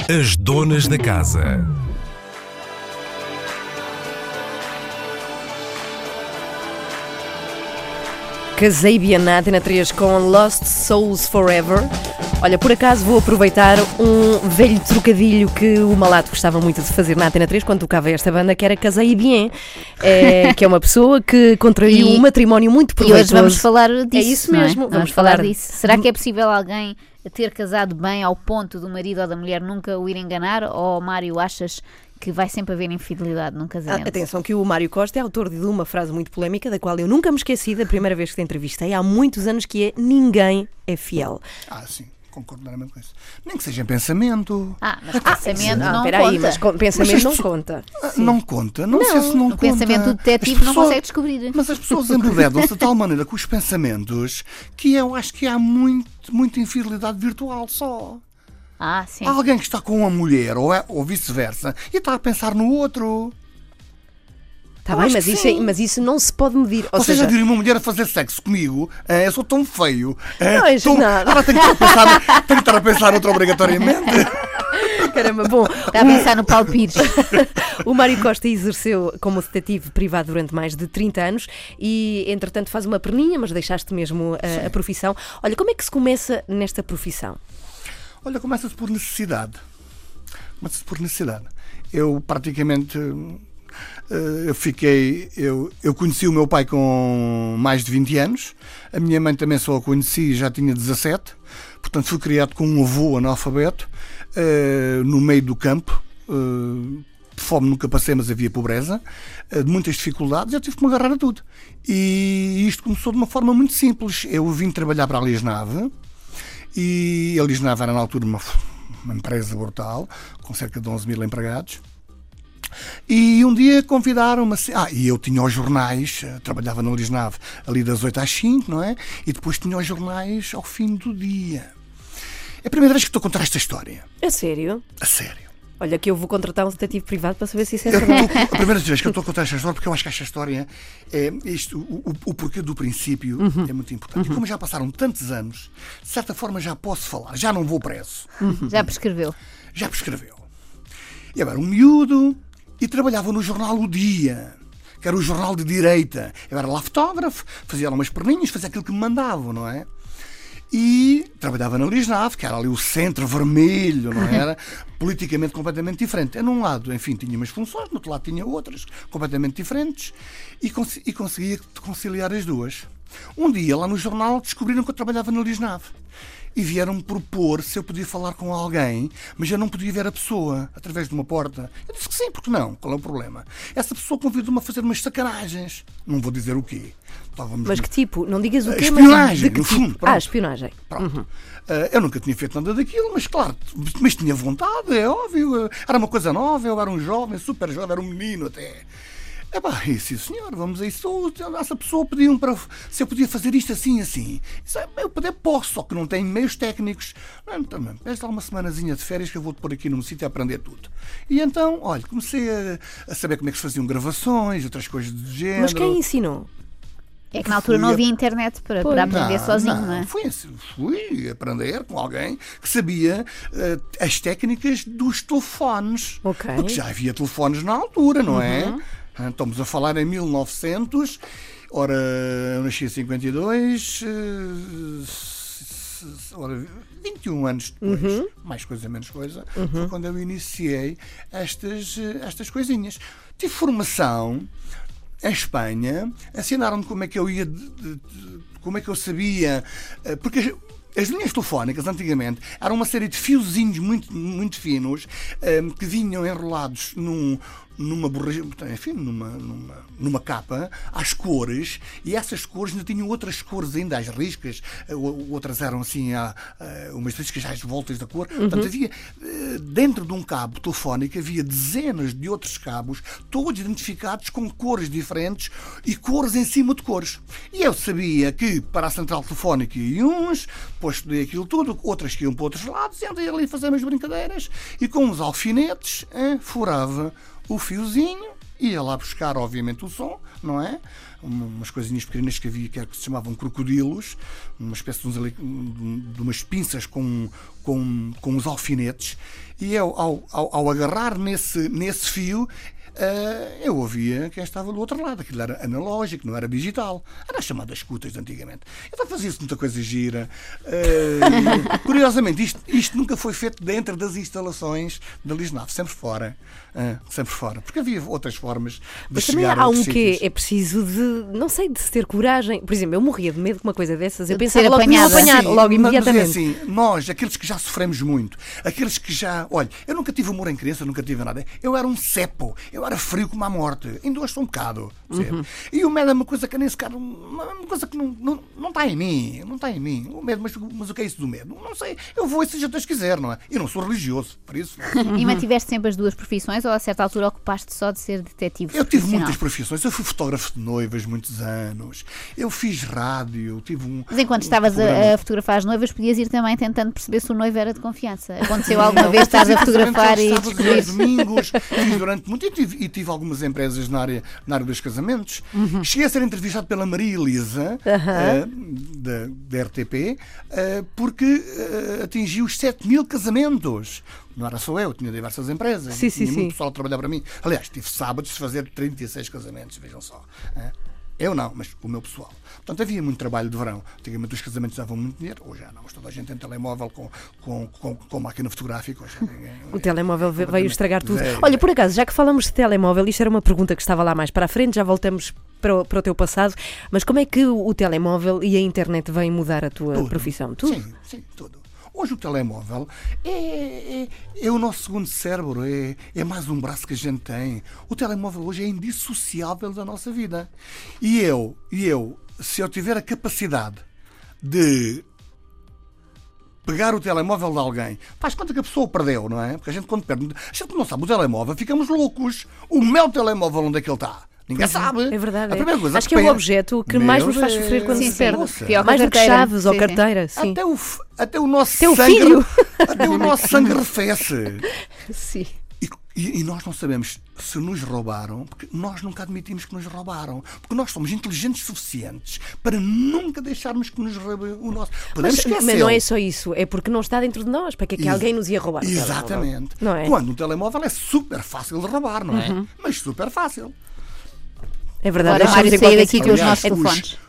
As donas da casa. Casei Bien na Antena 3 com Lost Souls Forever. Olha, por acaso vou aproveitar um velho trocadilho que o Malato gostava muito de fazer na Antena 3 quando tocava esta banda, que era Casei Bien, que é uma pessoa que contraiu um matrimónio muito proveitoso. E hoje vamos falar disso. É isso mesmo, Vamos falar disso. Será que é possível alguém ter casado bem ao ponto do marido ou da mulher nunca o ir enganar? Ou, Mário, achas que vai sempre haver infidelidade num casamento? Atenção que o Mário Costa é autor de uma frase muito polémica, da qual eu nunca me esqueci da primeira vez que te entrevistei, há muitos anos, que é: ninguém é fiel. Sim, concordo plenamente com isso. Nem que seja em pensamento. Mas pensamento não espera conta. aí, mas pensamento não conta. Não conta, não sei se não O conta. pensamento do detetive não consegue descobrir. Mas as pessoas embebedam-se de tal maneira com os pensamentos que eu acho que há muita infidelidade virtual só. Sim. Há alguém que está com uma mulher ou vice-versa e está a pensar no outro. Está bem, mas isso não se pode medir. Ou Você seja, já viu uma mulher a fazer sexo comigo? Eu sou tão feio. Não é nada. Ela tem que estar a pensar outra obrigatoriamente. Caramba, bom. Está a pensar no Paulo Pires. O Mário Costa exerceu como detetive privado durante mais de 30 anos e, entretanto, faz uma perninha, mas deixaste mesmo a profissão. Olha, como é que se começa nesta profissão? Olha, começa-se por necessidade. Eu praticamente... Eu conheci o meu pai com mais de 20 anos. A minha mãe também só a conheci, já tinha 17. Portanto, fui criado com um avô analfabeto, no meio do campo. Fome nunca passei, mas havia pobreza, de muitas dificuldades. Eu tive que me agarrar a tudo. E isto começou de uma forma muito simples. Eu vim trabalhar para a Lisnave. E a Lisnave era na altura uma empresa brutal, com cerca de 11 mil empregados. E um dia convidaram-me e eu tinha os jornais, trabalhava na Lisnave ali das 8 às 5, não é? E depois tinha os jornais ao fim do dia. É a primeira vez que estou a contar esta história. A sério? A sério. Olha, que eu vou contratar um detetive privado para saber se isso é verdade. A primeira vez que eu estou a contar esta história, porque eu acho que esta história é isto, o porquê do princípio é muito importante. E como já passaram tantos anos, de certa forma já posso falar, já não vou preso. Já prescreveu. Já prescreveu. E agora, um miúdo, e trabalhava no jornal O Dia, que era o jornal de direita. Eu era lá fotógrafo, fazia lá umas perninhas, fazia aquilo que me mandavam, não é? E trabalhava na Lisnave, que era ali o centro vermelho, não era? Politicamente completamente diferente. Num lado, enfim, tinha umas funções, no outro lado tinha outras, completamente diferentes, e conseguia conciliar as duas. Um dia, lá no jornal, descobriram que eu trabalhava na Lisnave. E vieram-me propor se eu podia falar com alguém, mas eu não podia ver a pessoa através de uma porta. Eu disse que sim, porque não? Qual é o problema? Essa pessoa convidou-me a fazer umas sacanagens. Não vou dizer o quê. Mas que tipo? Não digas o quê, espionagem, mas de que no fundo, tipo? pronto. Espionagem. Pronto. Eu nunca tinha feito nada daquilo, mas claro, mas tinha vontade, é óbvio. Era uma coisa nova, eu era um jovem, super jovem, era um menino até. Sim senhor, vamos a isso. Essa pessoa pediu-me para se eu podia fazer isto assim. Eu posso, só que não tenho meios técnicos. Também, lá uma semanazinha de férias que eu vou-te pôr aqui num sítio a aprender tudo. E então, olha, comecei a saber como é que se faziam gravações, outras coisas do género. Mas quem ensinou? É que na altura não havia internet para aprender sozinho, não é? Fui aprender com alguém que sabia as técnicas dos telefones. Okay. Porque já havia telefones na altura, não é? Estamos a falar em 1900, ora, eu nasci em 52, ora, 21 anos depois, mais coisa, menos coisa, foi quando eu iniciei estas coisinhas. Tive formação em Espanha, ensinaram-me como é que eu ia, como é que eu sabia, porque as linhas telefónicas, antigamente, eram uma série de fiozinhos muito finos que vinham enrolados numa borracha, enfim, numa capa, às cores, e essas cores ainda tinham outras cores ainda, as riscas, outras eram assim, umas riscas às voltas da cor. Portanto, havia, dentro de um cabo telefónico, havia dezenas de outros cabos, todos identificados com cores diferentes e cores em cima de cores. E eu sabia que para a central telefónica iam uns, depois estudei aquilo tudo, outras que iam para outros lados, e andei ali a fazer umas brincadeiras, e com uns alfinetes, furava o fiozinho ia lá buscar, obviamente, o som, não é? Umas coisinhas pequenas que havia que se chamavam crocodilos, uma espécie de umas pinças com os alfinetes, e ao agarrar nesse fio, eu ouvia quem estava do outro lado. Aquilo era analógico, não era digital. Era as chamadas escutas de antigamente. Então fazia-se muita coisa gira. Curiosamente, isto nunca foi feito dentro das instalações da Lisnave, sempre fora. Sempre fora. Porque havia outras formas de Mas também chegar há a outros que sítios. é preciso de se ter coragem. Por exemplo, eu morria de medo com uma coisa dessas. Eu De pensava ser logo que me iam apanhada. apanhar, Sim, logo mas imediatamente. é assim, nós, aqueles que já sofremos muito, aqueles que já... Olha, eu nunca tive humor em criança, nunca tive nada. Eu era um cepo, eu era frio como a morte. Ainda hoje sou um bocado. E o medo é uma coisa que nem sequer... Uma coisa que não está em mim. Não está em mim. O medo, mas o que é isso do medo? Não sei. Eu vou e seja Deus quiser, não é? Eu não sou religioso, por isso... E mantiveste sempre as duas profissões ou a certa altura ocupaste só de ser detetive Eu tive profissional? muitas profissões. Eu fui fotógrafo de noivas muitos anos. Eu fiz rádio, tive Mas enquanto estavas programa. a fotografar as noivas, podias ir também tentando perceber se o noivo era de confiança. Aconteceu alguma vez Eu estás a fazia fotografar e sábados descobrir? aos domingos, fiz durante muito e tive algumas empresas na área dos casamentos. Cheguei a ser entrevistado pela Maria Elisa, da RTP, porque atingiu os 7.000 casamentos. Não era só eu, tinha diversas empresas. Sim, tinha sim, muito sim. pessoal a trabalhar para mim. Aliás, tive sábados de fazer 36 casamentos, vejam só. Eu não, mas o meu pessoal. Portanto, havia muito trabalho de verão. Antigamente os casamentos davam muito dinheiro, hoje já não. Mas toda a gente tem telemóvel com máquina fotográfica. Hoje já ninguém... O telemóvel veio estragar tudo. Veio. Olha, por acaso, já que falamos de telemóvel, isto era uma pergunta que estava lá mais para a frente, já voltamos para o teu passado, mas como é que o telemóvel e a internet vêm mudar a tua Tudo. profissão? Tudo? Sim, tudo. Hoje o telemóvel é o nosso segundo cérebro, é mais um braço que a gente tem. O telemóvel hoje é indissociável da nossa vida. E eu, se eu tiver a capacidade de pegar o telemóvel de alguém, faz conta que a pessoa o perdeu, não é? Porque a gente quando perde, a gente não sabe o telemóvel, ficamos loucos. O meu telemóvel, onde é que ele está? Ninguém sabe. É verdade. A primeira coisa Acho que é o pensa, objeto que meu mais nos faz Deus, sofrer quando Sim, se perde. sim. Pior que Mais a do que carteira. chaves ou Sim, sim. carteira. Sim. Até o nosso Teu sangue, filho. até o nosso sangue arrefece. Sim. E nós não sabemos se nos roubaram, porque nós nunca admitimos que nos roubaram, porque nós somos inteligentes suficientes para nunca deixarmos que nos roube o nosso. Podemos Mas esquecer. não é só isso, é porque não está dentro de nós. Para que é que alguém nos ia roubar? o telemóvel? Exatamente. Não é? Quando o telemóvel é super fácil de roubar, não é? Mas super fácil. É verdade. Agora, deixamos Mário, em sair qualquer daqui sítio. com os Aliás, nossos telefones.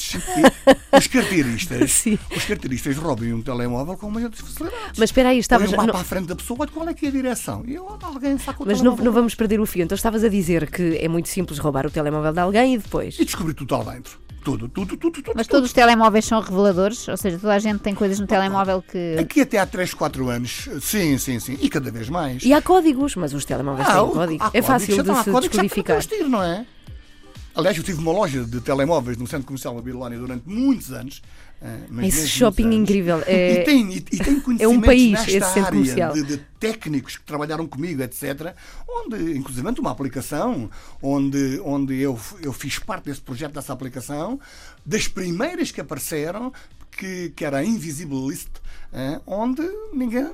Os carteiristas, Sim. os carteiristas roubam um telemóvel com muitas facilidades. Mas espera aí, estavas... Põe o mapa não- à frente da pessoa, olha qual é que é a direção. E alguém saca o Mas não telemóvel. vamos perder o fio. Então estavas a dizer que é muito simples roubar o telemóvel de alguém e depois... E descobrir tudo lá dentro. Tudo. Mas todos os telemóveis são reveladores? Ou seja, toda a gente tem coisas no telemóvel que... Aqui até há 3, 4 anos. Sim. E cada vez mais. E há códigos, mas os telemóveis têm código. É fácil de se descodificar. Não é? Aliás, eu tive uma loja de telemóveis no Centro Comercial Babilónia durante muitos anos. Mas Esse mesmo shopping muitos anos. incrível. E tem conhecimentos é um país, nesta esse centro área comercial. de técnicos que trabalharam comigo, etc. Onde, inclusive, uma aplicação onde eu fiz parte desse projeto, dessa aplicação, das primeiras que apareceram, que era a Invisible List, onde ninguém...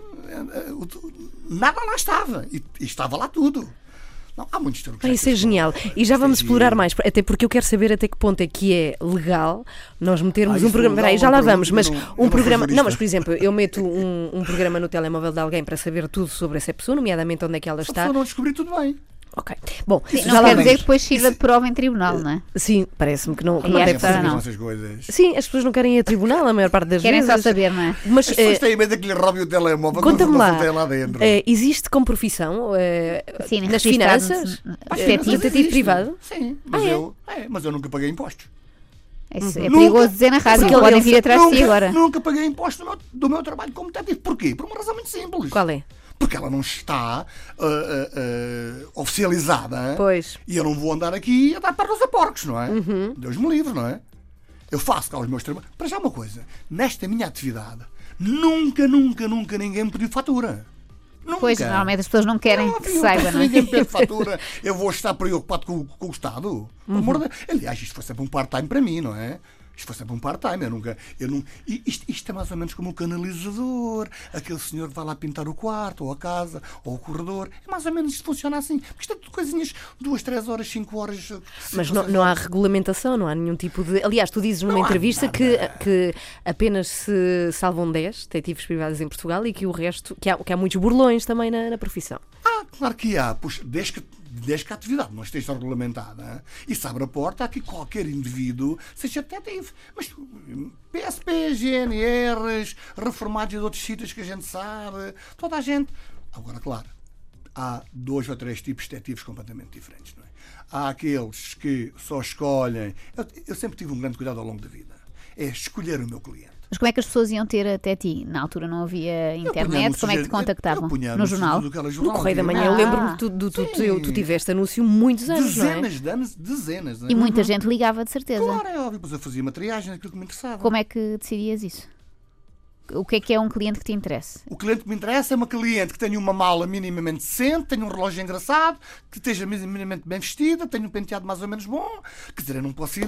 nada lá estava. E estava lá tudo. Não, há muitos truques. Isso é genial. E já vamos explorar mais, até porque eu quero saber até que ponto é que é legal nós metermos isso um programa. legal Espera aí, já não lá pergunto, vamos, mas eu não um sou programa. jurista. Não, mas por exemplo, eu meto um programa no telemóvel de alguém para saber tudo sobre essa pessoa, nomeadamente onde é que ela Se a está. pessoa não descobrir, tudo bem. Ok. Bom, Sim, já não lá quer vamos. dizer que depois sirva de prova em tribunal, não é? Sim, parece-me que não. E não é deve para ser. não. Essas coisas. Sim, as pessoas não querem ir a tribunal a maior parte das Querem vezes. só saber, não é? Mas As pessoas têm medo que lhe roubem o telemóvel. conta-me quando lá, você tem lá dentro. existe como profissão Sim, nas registado finanças? detetive. Detetive privado? Sim, mas eu nunca paguei impostos. Isso é Nunca- perigoso dizer na rádio, Porque podem ele- vir atrás de ti agora. Nunca paguei impostos do meu trabalho como detetive. Porquê? Por uma razão muito simples. Qual é? Porque ela não está oficializada. Pois. E eu não vou andar aqui a dar pernas a porcos, não é? Deus me livre, não é? Eu faço cá os meus trabalhos. Para já uma coisa, nesta minha atividade, nunca ninguém me pediu fatura. Nunca. Pois, normalmente as pessoas não querem Não, que eu saiba, penso não é? ninguém me pede fatura. Eu vou estar preocupado com o Estado. Pelo amor de Deus. Aliás, isto foi sempre um part-time para mim, não é? Isto foi sempre um part-time. Isto é mais ou menos como o canalizador, aquele senhor que vai lá pintar o quarto, ou a casa, ou o corredor. É mais ou menos isto funciona assim. Porque isto é tudo coisinhas 2, 3 horas, 5 horas. Mas não há regulamentação, não há nenhum tipo de. Aliás, tu dizes numa entrevista que apenas se salvam 10 detetives privados em Portugal e que o resto. Que há muitos burlões também na profissão. Claro que há, pois, desde que a atividade não esteja regulamentada e se abre a porta a que qualquer indivíduo seja detetive. Mas PSP, GNRs, reformados de outros sítios que a gente sabe, toda a gente. Agora, claro, há 2 ou 3 tipos de detetives completamente diferentes, não é? Há aqueles que só escolhem. Eu sempre tive um grande cuidado ao longo da vida. É escolher o meu cliente. Mas como é que as pessoas iam ter até ti? Na altura não havia internet, como é que te contactavam? No jornal? No Correio da Manhã. Eu lembro-me que tu tiveste anúncio muitos anos, dezenas de anos, dezenas. E muita gente ligava, de certeza. Claro, é óbvio, depois eu fazia uma triagem daquilo que me interessava. Como é que decidias isso? O que é um cliente que te interessa? O cliente que me interessa é uma cliente que tenha uma mala minimamente decente, tenha um relógio engraçado, que esteja minimamente bem vestida, tenha um penteado mais ou menos bom. Quer dizer, eu não posso ir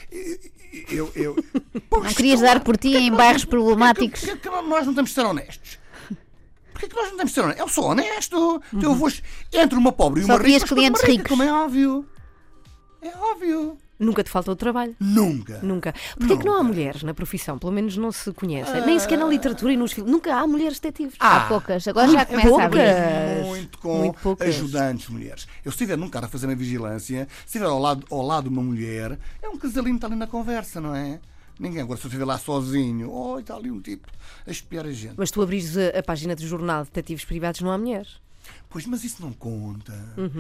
Não querias dar por ti em bairros problemáticos? Porquê que nós não temos de ser honestos? Porquê que nós não temos de ser honestos? Eu sou honesto. Então eu vou entre uma pobre e uma rica. Só clientes ricos. Como é óbvio. É óbvio. Nunca te faltou trabalho? Nunca. Porquê que não há mulheres na profissão? Pelo menos não se conhece. Nem sequer na literatura e nos filmes. Nunca há mulheres detetives. Há poucas. Agora já começa a haver. Muito poucas. Ajudantes mulheres. Eu se estiver num cara a fazer uma vigilância, se estiver ao lado de uma mulher, é um casalinho que está ali na conversa, não é? Ninguém. Agora se eu estiver lá sozinho, está ali um tipo a espiar a gente. Mas tu abris a página do jornal de detetives privados, não há mulheres. Pois, mas isso não conta.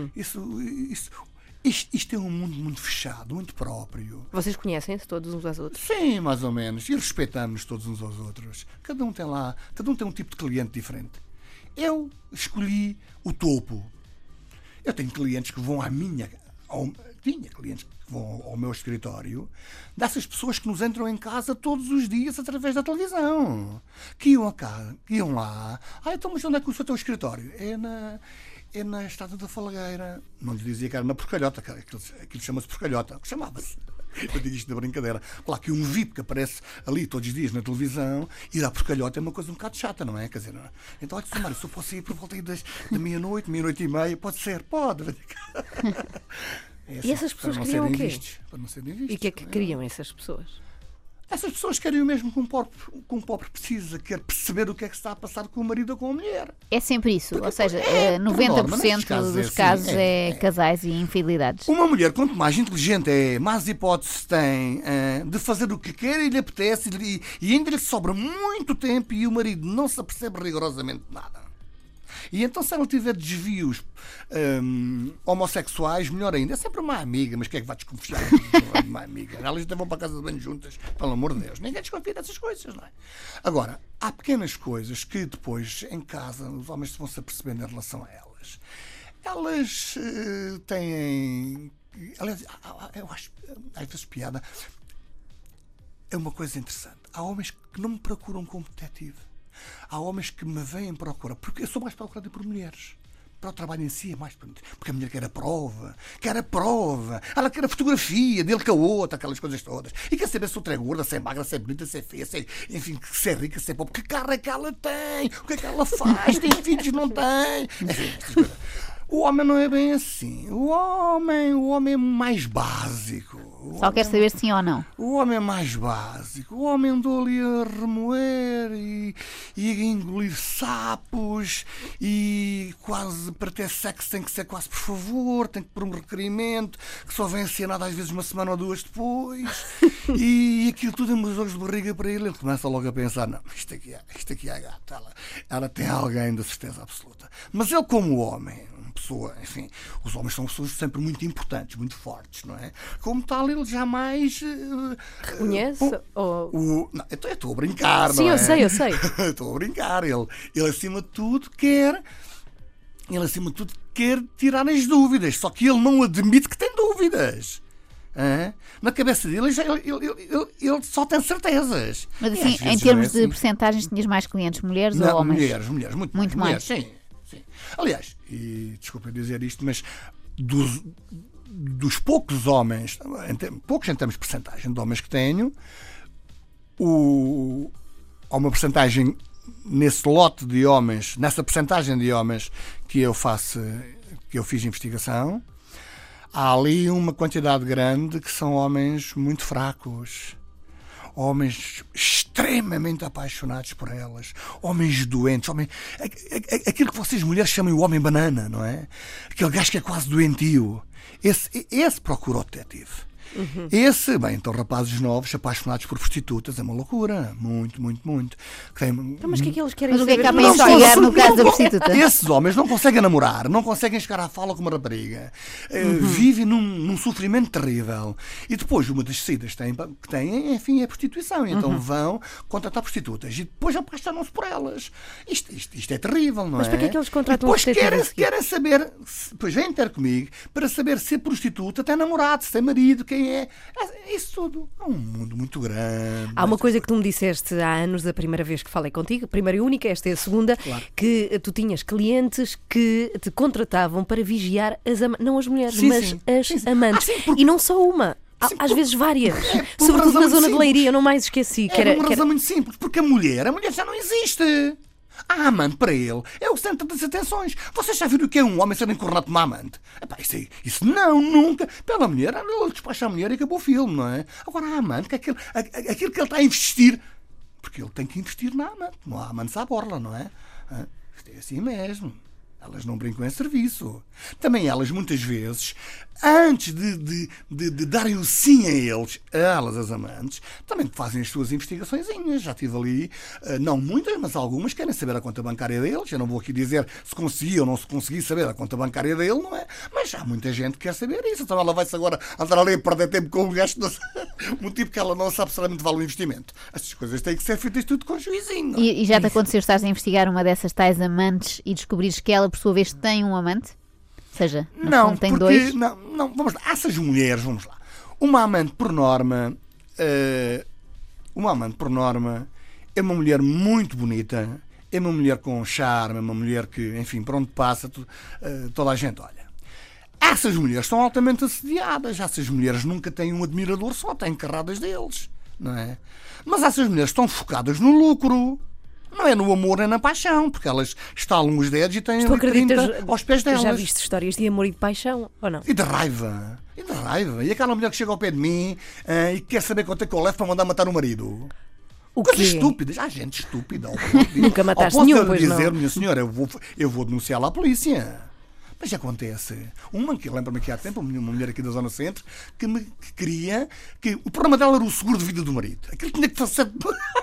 Isto é um mundo muito fechado, muito próprio. Vocês conhecem-se todos uns aos outros? Sim, mais ou menos. E respeitamos todos uns aos outros. Cada um tem um tipo de cliente diferente. Eu escolhi o topo. Eu tenho clientes que vão tinha clientes que vão ao meu escritório, dessas pessoas que nos entram em casa todos os dias através da televisão. Que iam lá. Então, mas onde é que o teu escritório? É na Estrada da Falagueira. Não lhe dizia que era na Porcalhota, aquilo chama-se Porcalhota, chamava-se. Eu digo isto na brincadeira. Claro que um VIP que aparece ali todos os dias na televisão, ir à Porcalhota é uma coisa um bocado chata, não é? Quer dizer, não é? Então, olha, Mário, se eu posso ir por volta aí da meia-noite, meia-noite e meia, pode ser? Pode. E essas pessoas queriam o quê? Para não serem vistos. E o que é que queriam essas pessoas? Essas pessoas querem o mesmo que um pobre precisa, quer perceber o que é que se está a passar com o marido ou com a mulher. É sempre isso, ou seja, 90% dos casos é casais e infidelidades. Uma mulher, quanto mais inteligente é, mais hipóteses tem de fazer o que quer e lhe apetece e ainda lhe sobra muito tempo e o marido não se apercebe rigorosamente nada. E então, se ela tiver desvios homossexuais, melhor ainda. É sempre uma amiga, mas quem é que vai desconfiar de uma amiga? Elas até vão para a casa de banho juntas, pelo amor de Deus. Ninguém desconfia dessas coisas, não é? Agora, há pequenas coisas que depois, em casa, os homens vão se apercebendo em relação a elas. Elas têm... Aliás, eu acho, às vezes, piada. É uma coisa interessante. Há homens que não me procuram como detetive. Há homens que me vêm procurar, porque eu sou mais procurado por mulheres. Para o trabalho em si é mais bonito. Porque a mulher quer a prova. Ela quer a fotografia dele com a outra, aquelas coisas todas. E quer saber se outra é gorda, se é magra, se é bonita, se é feia, enfim, se é rica, se é pobre. Que carro é que ela tem? O que é que ela faz? Tem filhos, não tem? Enfim, estas coisas. O homem não é bem assim. O homem é mais básico. Só quer saber sim ou não. O homem é mais básico. O homem andou ali a remoer e a engolir sapos e quase para ter sexo tem que ser quase por favor, tem que pôr um requerimento que só vem assinado às vezes uma semana ou duas depois e aquilo tudo em meus olhos de barriga para ele começa logo a pensar, não, isto aqui é gato, ela tem alguém da certeza absoluta. Mas ele como homem, pessoa, enfim, os homens são pessoas sempre muito importantes, muito fortes, não é? Como tal, ele jamais reconhece? Não, eu estou a brincar, sim, não é? Sim, eu sei. Estou a brincar. Ele acima de tudo quer tirar as dúvidas, só que ele não admite que tem dúvidas. Na cabeça dele ele só tem certezas. Mas assim, em termos de percentagens, tinhas mais clientes, mulheres ou homens? Mulheres, muito mais. Sim. Aliás, e desculpa dizer isto, mas dos poucos homens, poucos em termos de percentagem de homens que tenho, há uma percentagem nesse lote de homens, nessa percentagem de homens que eu fiz investigação, há ali uma quantidade grande que são homens muito fracos, homens extremamente apaixonados por elas, homens doentes, aquilo que vocês mulheres chamam o homem banana, não é? Aquele gajo que é quase doentio. Esse procura o detetive. Então rapazes novos apaixonados por prostitutas é uma loucura, muito, muito, muito. Mas o que é que eles querem Mas o que é saber? que há para investigar no caso da prostituta? Esses homens não conseguem namorar, não conseguem chegar à fala com uma rapariga, vivem num sofrimento terrível. E depois uma das saídas que têm, enfim, é a prostituição. E então vão contratar prostitutas e depois apaixonam-se por elas. Isto é terrível, não é? Mas para que é que eles contratam depois prostitutas? querem saber, depois vêm ter comigo para saber se a prostituta tem namorado, se tem marido, quem é. Isso tudo é um mundo muito grande. Há uma coisa que tu me disseste há anos, da primeira vez que falei contigo, primeira e única, esta é a segunda, Claro. que tu tinhas clientes que te contratavam para vigiar não as mulheres, Sim, mas sim. as Sim, sim. amantes. Sim, porque- E não só uma. Sim, Às vezes várias. por Sobretudo razão na zona de simples. Leiria, eu não mais esqueci. É uma razão muito simples, porque a mulher já não existe. A amante para ele é o centro das atenções. Vocês já viram o que é um homem ser encornado por uma amante? Epá, isso não, nunca. Pela mulher, ele despacha a mulher e acabou o filme, não é? Agora a amante, que aquilo que ele está a investir, porque ele tem que investir na amante. Não há amantes à borla, não é? Isto é assim mesmo. Elas não brincam em serviço. Também elas, muitas vezes, antes de darem o sim a elas, as amantes, também fazem as suas investigaçõezinhas. Já tive ali, não muitas, mas algumas querem saber a conta bancária deles. Eu não vou aqui dizer se consegui ou não se consegui saber a conta bancária dele, não é? Mas há muita gente que quer saber isso. Então ela vai-se agora andar ali a perder tempo com um gasto, motivo que ela não sabe se realmente vale o investimento. Essas coisas têm que ser feitas tudo com juizinho. E já te aconteceu, estás a investigar uma dessas tais amantes e descobrires que ela, por sua vez, tem um amante? Ou seja, no Não, fundo tem porque, dois? não, vamos lá. Essas mulheres, vamos lá. Uma amante por norma é uma mulher muito bonita, é uma mulher com charme, é uma mulher que, enfim, por onde passa, toda a gente olha. Essas mulheres são altamente assediadas. Essas mulheres nunca têm um admirador só, têm carradas deles, não é? Mas essas mulheres estão focadas no lucro. Não é no amor nem na paixão, porque elas estalam os dedos e têm Tu 30 acreditas? aos pés delas. Já viste histórias de amor e de paixão, ou não? E de raiva. E aquela mulher que chega ao pé de mim e quer saber quanto é que eu levo para mandar matar o marido. O Coisas quê? estúpidas. Há gente estúpida. Nunca mataste ao ponto de nenhum, eu pois dizer, não? minha senhora, eu vou denunciá-la à polícia. Mas acontece. Uma que lembra-me aqui há tempo, uma mulher aqui da Zona Centro, que queria que o problema dela era o seguro de vida do marido. Aquilo tinha que fazer.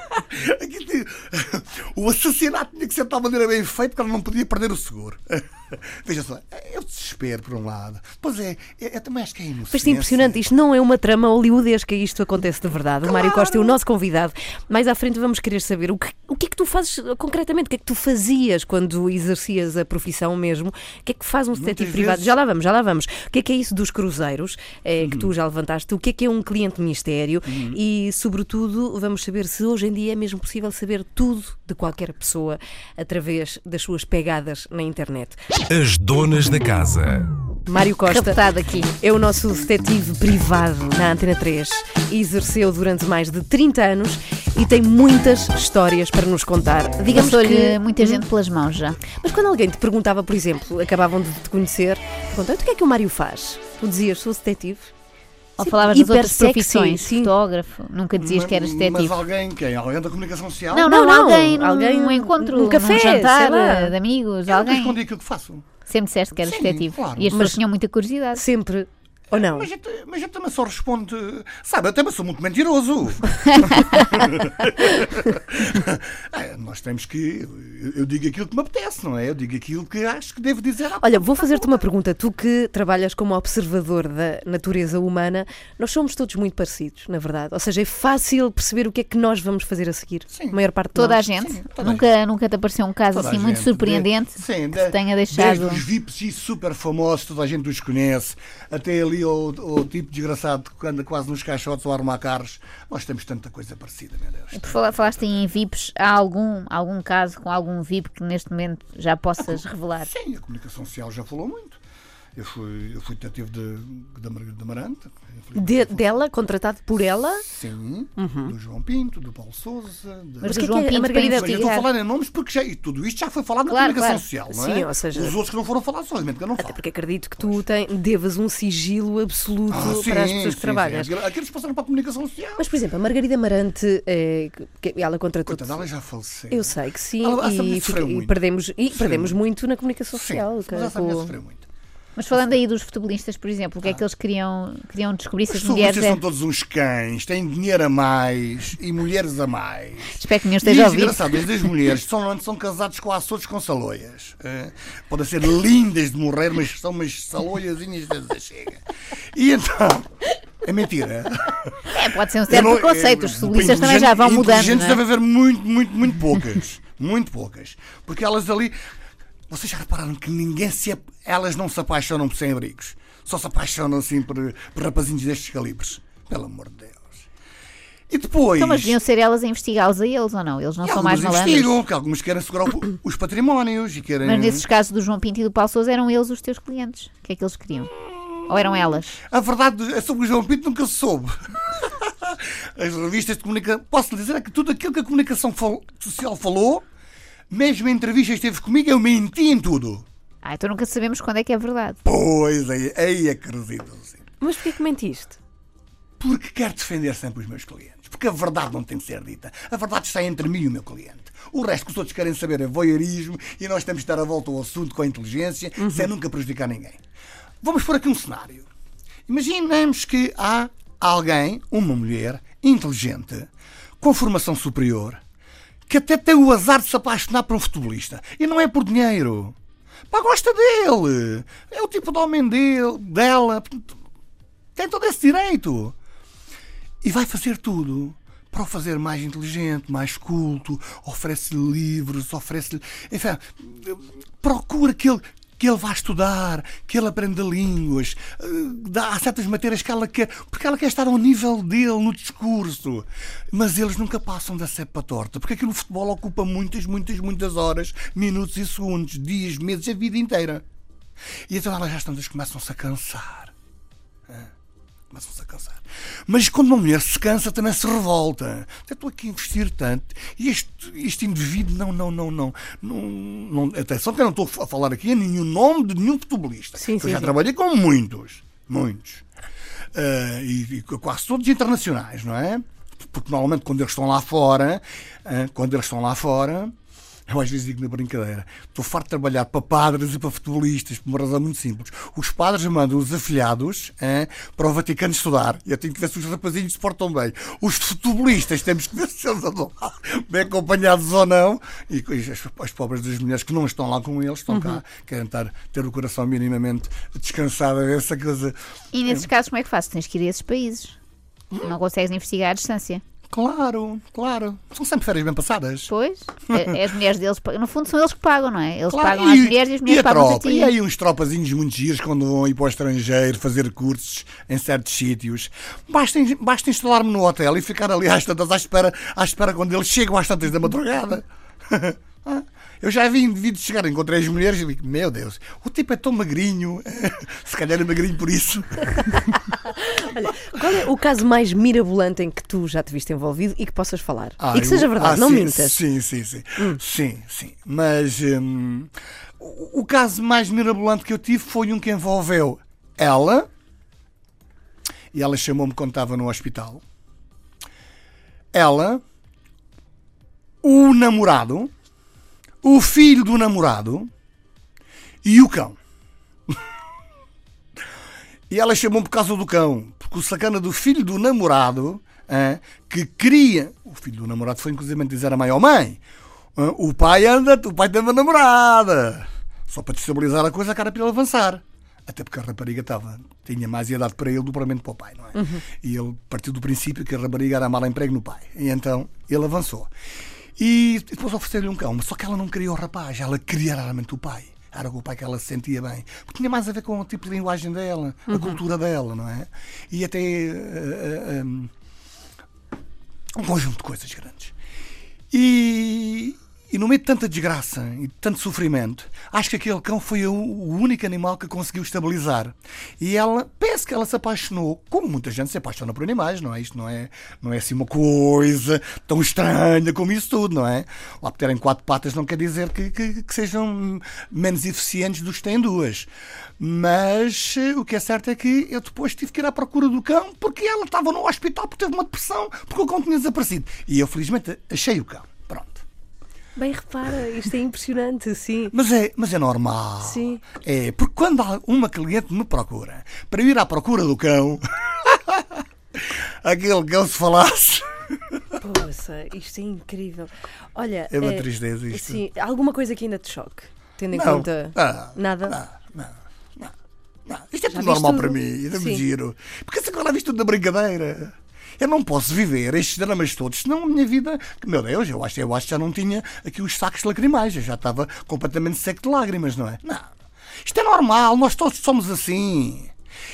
O assassinato tinha que ser de tal maneira bem feito que ela não podia perder o seguro. Veja só, é o desespero por um lado. Pois também acho que é inocência. Mas é impressionante, isto não é uma trama hollywoodesca, isto acontece de verdade. O Mário Costa é o nosso convidado. Mais à frente vamos querer saber o que é que tu fazes concretamente, o que é que tu fazias quando exercias a profissão mesmo, o que é que faz um detetive privado? Já lá vamos. O que é isso dos cruzeiros, que tu já levantaste, o que é um cliente mistério e, sobretudo, vamos saber se hoje em dia é mesmo possível saber tudo de qualquer pessoa através das suas pegadas na internet. As donas da casa. Mário Costa Captado aqui. é o nosso detetive privado na Antena 3. Exerceu durante mais de 30 anos e tem muitas histórias para nos contar. Digamos Passou-lhe que muita gente pelas mãos já. Mas quando alguém te perguntava, por exemplo, acabavam de te conhecer, perguntava, o que é que o Mário faz? Tu dizias, sou detetive? Ou Sim, falavas das hiper outras sexy, profissões, sim. fotógrafo, nunca dizias que eras Mas detetive. alguém quem? Alguém da comunicação social? Não, alguém num encontro, num café, num jantar sei lá. de amigos, Eu nunca alguém. escondi aquilo que faço. Sempre disseste que eras Sim, detetive. claro. E as pessoas Mas- tinham muita curiosidade. Sempre. Ou não? Mas eu também só respondo. Sabe, eu também sou muito mentiroso. Nós temos que. Eu digo aquilo que me apetece, não é? Eu digo aquilo que acho que devo dizer. Olha, vou fazer-te uma pergunta. Tu que trabalhas como observador da natureza humana, nós somos todos muito parecidos, na verdade. Ou seja, é fácil perceber o que é que nós vamos fazer a seguir. Sim. A maior parte de Toda a nós. gente? Sim, toda a Nunca te apareceu um caso Toda a assim muito gente, surpreendente sim, que te tenha deixado. Desde os VIPs e super famosos, toda a gente os conhece, até ali o tipo desgraçado que anda quase nos caixotes ou a arrumar carros. Nós temos tanta coisa parecida, meu Deus. Falaste em VIPs, há algum caso com algum VIP que neste momento já possas revelar? Sim, a comunicação social já falou muito. Eu fui detetive da Margarida Amarante. Dela, contratado por ela? Sim, do João Pinto, do Paulo Sousa. Mas o do João é a Pinto Margarida? para Eu estou a investigar. falar em nomes porque e tudo isto já foi falado na Claro, comunicação claro. social, não é? Sim, ou seja- Os outros que não foram falados, obviamente que eu não falo. Até porque acredito que tu devas um sigilo absoluto Sim, para as pessoas que sim, trabalham. sim. Aqueles que passaram para a comunicação social. Mas, por exemplo, a Margarida Amarante, ela contratou-te. Coitada, ela já faleceu. Eu sei que sim, Ela e, sofreu muito. perdemos muito na comunicação Sim, social. mas essa mulher sofreu muito. Mas falando aí dos futebolistas, por exemplo, o que é que eles queriam descobrir se Os as mulheres... futebolistas são todos uns cães, têm dinheiro a mais e mulheres a mais. Espero que nenhum E esteja a é ouvir. engraçado, as mulheres são casados com açouros com saloias. Podem ser lindas de morrer, mas são umas saloiazinhas da chega. E então, é mentira. Pode ser um certo preconceito. Os futebolistas também já vão mudando, Inteligentes não é? deve haver muito poucas. Muito poucas. Porque elas ali... Vocês já repararam que elas não se apaixonam por sem-abrigos. Só se apaixonam assim por rapazinhos destes calibres. Pelo amor de Deus. E depois... Então, mas deviam ser elas a investigá-los a eles ou não? Eles não são mais malandros? investigam, que algumas querem segurar os patrimónios e querem... Mas nesses casos do João Pinto e do Paulo Sousa eram eles os teus clientes. O que é que eles queriam? Ou eram elas? A verdade é sobre o João Pinto nunca se soube. As revistas de comunicação... Posso lhe dizer é que tudo aquilo que a comunicação social falou, mesmo em entrevistas que esteve comigo, eu menti em tudo. Então nunca sabemos quando é que é verdade. Pois, aí é que reside. Mas porquê que mentiste? Porque quero defender sempre os meus clientes. Porque a verdade não tem que ser dita. A verdade está entre mim e o meu cliente. O resto que os outros querem saber é voyeurismo e nós temos de dar a volta ao assunto com a inteligência, sem nunca prejudicar ninguém. Vamos pôr aqui um cenário. Imaginemos que há alguém, uma mulher, inteligente, com formação superior, que até tem o azar de se apaixonar por um futebolista. E não é por dinheiro. Pá, gosta dele. É o tipo de homem dela. Tem todo esse direito. E vai fazer tudo para o fazer mais inteligente, mais culto, oferece-lhe livros, oferece-lhe... Enfim, procura que ele vá estudar, que ele aprenda línguas, há certas matérias que ela quer, porque ela quer estar ao nível dele no discurso. Mas eles nunca passam da cepa torta, porque aquilo no futebol ocupa muitas horas, minutos e segundos, dias, meses, a vida inteira. E então elas já começam-se a cansar. Começam-se a cansar. Mas quando uma mulher se cansa, também se revolta. Até estou aqui a investir tanto. E este indivíduo, não. Atenção que eu não estou a falar aqui em nenhum nome de nenhum futebolista. Sim, eu já trabalhei com muitos. E quase todos internacionais, não é? Porque normalmente quando eles estão lá fora, eu às vezes digo na brincadeira, estou farto de trabalhar para padres e para futebolistas, por uma razão muito simples. Os padres mandam os afilhados para o Vaticano estudar. E eu tenho que ver se os rapazinhos se portam bem. Os futebolistas temos que ver se eles andam lá bem acompanhados ou não. E as pobres das mulheres que não estão lá com eles, estão cá, querem ter o coração minimamente descansado a ver essa coisa. E nesses casos como é que fazes? Tens que ir a esses países. Não consegues investigar à distância. Claro. São sempre férias bem passadas. Pois, as mulheres deles, no fundo são eles que pagam, não é? Eles Claro, pagam às mulheres e as mulheres pagam a ti. E aí uns tropazinhos muito giros quando vão ir para o estrangeiro fazer cursos em certos sítios. Basta instalar-me no hotel e ficar ali às tantas à espera quando eles chegam às tantas da madrugada. Eu já vi indivíduos chegar, encontrei as mulheres e digo, meu Deus, o tipo é tão magrinho, se calhar é magrinho por isso. Olha, qual é o caso mais mirabolante em que tu já te viste envolvido e que possas falar? E que seja verdade, não mintas. Sim. Sim. Mas o caso mais mirabolante que eu tive foi um que envolveu ela, e ela chamou-me quando estava no hospital. Ela, o namorado, o filho do namorado e o cão. E ela chamou-me por causa do cão, porque o sacana do filho do namorado, que queria... O filho do namorado foi inclusive dizer à mãe, mãe, o pai tem uma namorada. Só para destabilizar a coisa, a cara para ele avançar. Até porque a rapariga tinha mais idade para ele do que propriamente para o pai, não é? E ele partiu do princípio que a rapariga era mal emprego no pai. E então ele avançou. E depois ofereceu-lhe um cão, só que ela não queria o rapaz, ela queria realmente o pai. Era com o pai que ela se sentia bem. Porque tinha mais a ver com o tipo de linguagem dela, a cultura dela, não é? E até um conjunto de coisas grandes. E E no meio de tanta desgraça e de tanto sofrimento, acho que aquele cão foi o único animal que conseguiu estabilizar. E ela, penso que ela se apaixonou, como muita gente se apaixona por animais, não é? Isto não é assim uma coisa tão estranha como isso tudo, não é? Lá por terem 4 patas não quer dizer que sejam menos eficientes do que têm 2. Mas o que é certo é que eu depois tive que ir à procura do cão porque ela estava no hospital porque teve uma depressão, porque o cão tinha desaparecido. E eu felizmente achei o cão. Pronto. Bem, repara, isto é impressionante, sim. Mas é normal. Sim. É, porque quando uma cliente me procura para ir à procura do cão, aquele cão se falasse. Poxa, isto é incrível. Olha, É uma tristeza isto. Sim, alguma coisa que ainda te choque? Tendo em Não. conta. Nada? Não. Isto é Já tudo viste normal tudo? para mim, ainda me Sim. giro. Porque se agora viste tudo na brincadeira. Eu não posso viver estes dramas todos, senão a minha vida, meu Deus, eu acho que já não tinha aqui os sacos lacrimais, eu já estava completamente seco de lágrimas, não é? Não. Isto é normal, nós todos somos assim.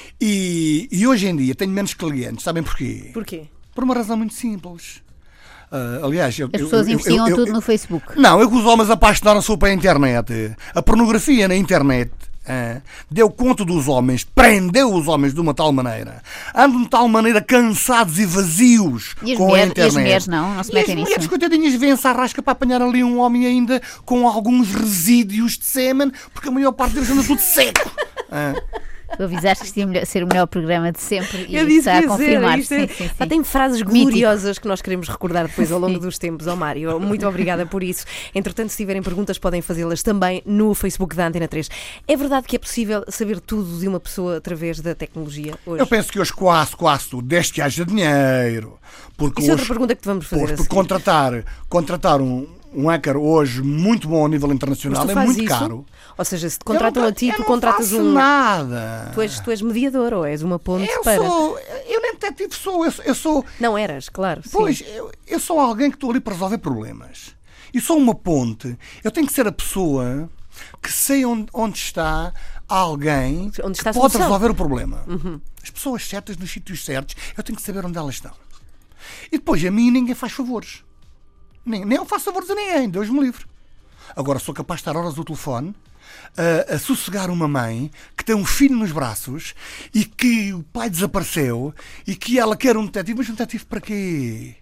E hoje em dia tenho menos clientes, sabem porquê? Porquê? Por uma razão muito simples. Aliás, As pessoas investigam tudo no Facebook. Não, é que os homens apaixonaram-se pela internet. A pornografia na internet deu conta dos homens, prendeu os homens de uma tal maneira. Andam de tal maneira cansados e vazios E as, com a mulheres, internet. e as mulheres não se E as metem mulheres, nisso. coitadinhas, vêm-se à rasca para apanhar ali um homem ainda com alguns resíduos de sêmen, porque a maior parte deles anda tudo seco. Tu avisaste que isto ia ser o melhor programa de sempre e Eu disse está a que ia dizer, confirmar. isto é- Sim. Pá, tem frases Mítico. gloriosas que nós queremos recordar depois ao longo dos tempos, ó Mário. Muito obrigada por isso. Entretanto, se tiverem perguntas, podem fazê-las também no Facebook da Antena 3. É verdade que é possível saber tudo de uma pessoa através da tecnologia hoje? Eu penso que hoje quase tudo, desde que haja dinheiro. Porque Isso é hoje, outra pergunta que te vamos fazer a porque seguir. contratar um hacker hoje muito bom a nível internacional Mas tu é fazes muito isso? caro. Ou seja, se te contratam a ti, eu tu não contratas faço um... nada. Tu és mediador ou és uma ponte Eu para... nem detetive sou, eu sou. Não eras, claro. Sim. Pois, eu sou alguém que estou ali para resolver problemas. E sou uma ponte. Eu tenho que ser a pessoa que sei onde está alguém Onde está a que pode solução. resolver o problema. As pessoas certas nos sítios certos, eu tenho que saber onde elas estão. E depois, a mim ninguém faz favores. Nem eu faço favores a ninguém, Deus me livre. Agora sou capaz de estar horas no telefone a sossegar uma mãe que tem um filho nos braços e que o pai desapareceu e que ela quer um detetive. Mas um detetive para quê?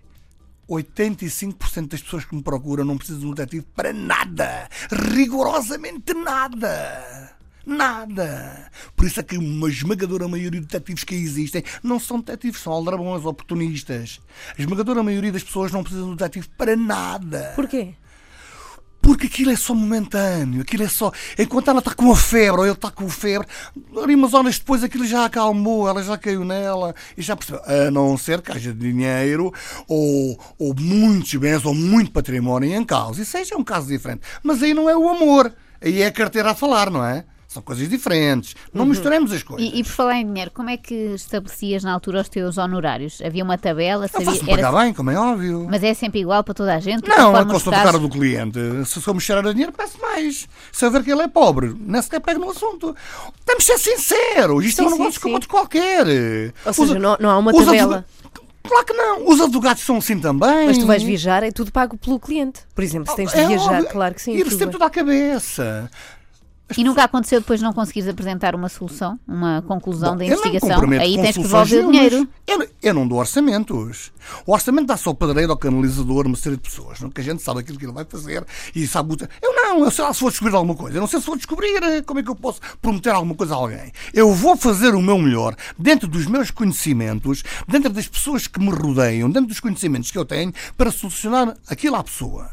85% das pessoas que me procuram não precisam de um detetive para nada. Rigorosamente nada. Nada. Por isso é que uma esmagadora maioria de detetives que existem não são detetives, são aldrabões, oportunistas. A esmagadora maioria das pessoas não precisam de um detetive para nada. Porquê? Porque aquilo é só momentâneo, aquilo é só... Enquanto ela está com a febre, ou ele está com febre, ali umas horas depois aquilo já acalmou, ela já caiu nela e já percebeu. A não ser que haja dinheiro, ou muitos bens, ou muito património em causa. Isso aí já é um caso diferente. Mas aí não é o amor, aí é a carteira a falar, não é? São coisas diferentes. Não misturemos as coisas. E por falar em dinheiro, como é que estabelecias na altura os teus honorários? Havia uma tabela? Eu faço pagar bem, como é óbvio. Mas é sempre igual para toda a gente? Não, é conforme os consta da cara casos? do cliente. Se eu me cheirar a dinheiro, peço mais. Se eu ver que ele é pobre, nem sequer pego no assunto. Temos de ser sinceros. Isto é um Sim, negócio sim, como sim. outro qualquer. Ou seja, não há uma os tabela. Claro que não. Os advogados são assim também. Mas tu vais viajar, é tudo pago pelo cliente. Por exemplo, se tens de É viajar, óbvio. claro que sim. E tudo recebo bem. tudo à cabeça. E nunca aconteceu depois não conseguires apresentar uma solução, uma conclusão da Eu não me investigação? comprometo Aí com tens que soluções devolver o nenhumas. dinheiro. Eu não dou orçamentos. O orçamento dá só ao padreiro, ao canalizador, uma série de pessoas. Não? Que a gente sabe aquilo que ele vai fazer e sabe. Eu sei lá se vou descobrir alguma coisa. Eu não sei se vou descobrir. Como é que eu posso prometer alguma coisa a alguém? Eu vou fazer o meu melhor dentro dos meus conhecimentos, dentro das pessoas que me rodeiam, dentro dos conhecimentos que eu tenho, para solucionar aquilo à pessoa.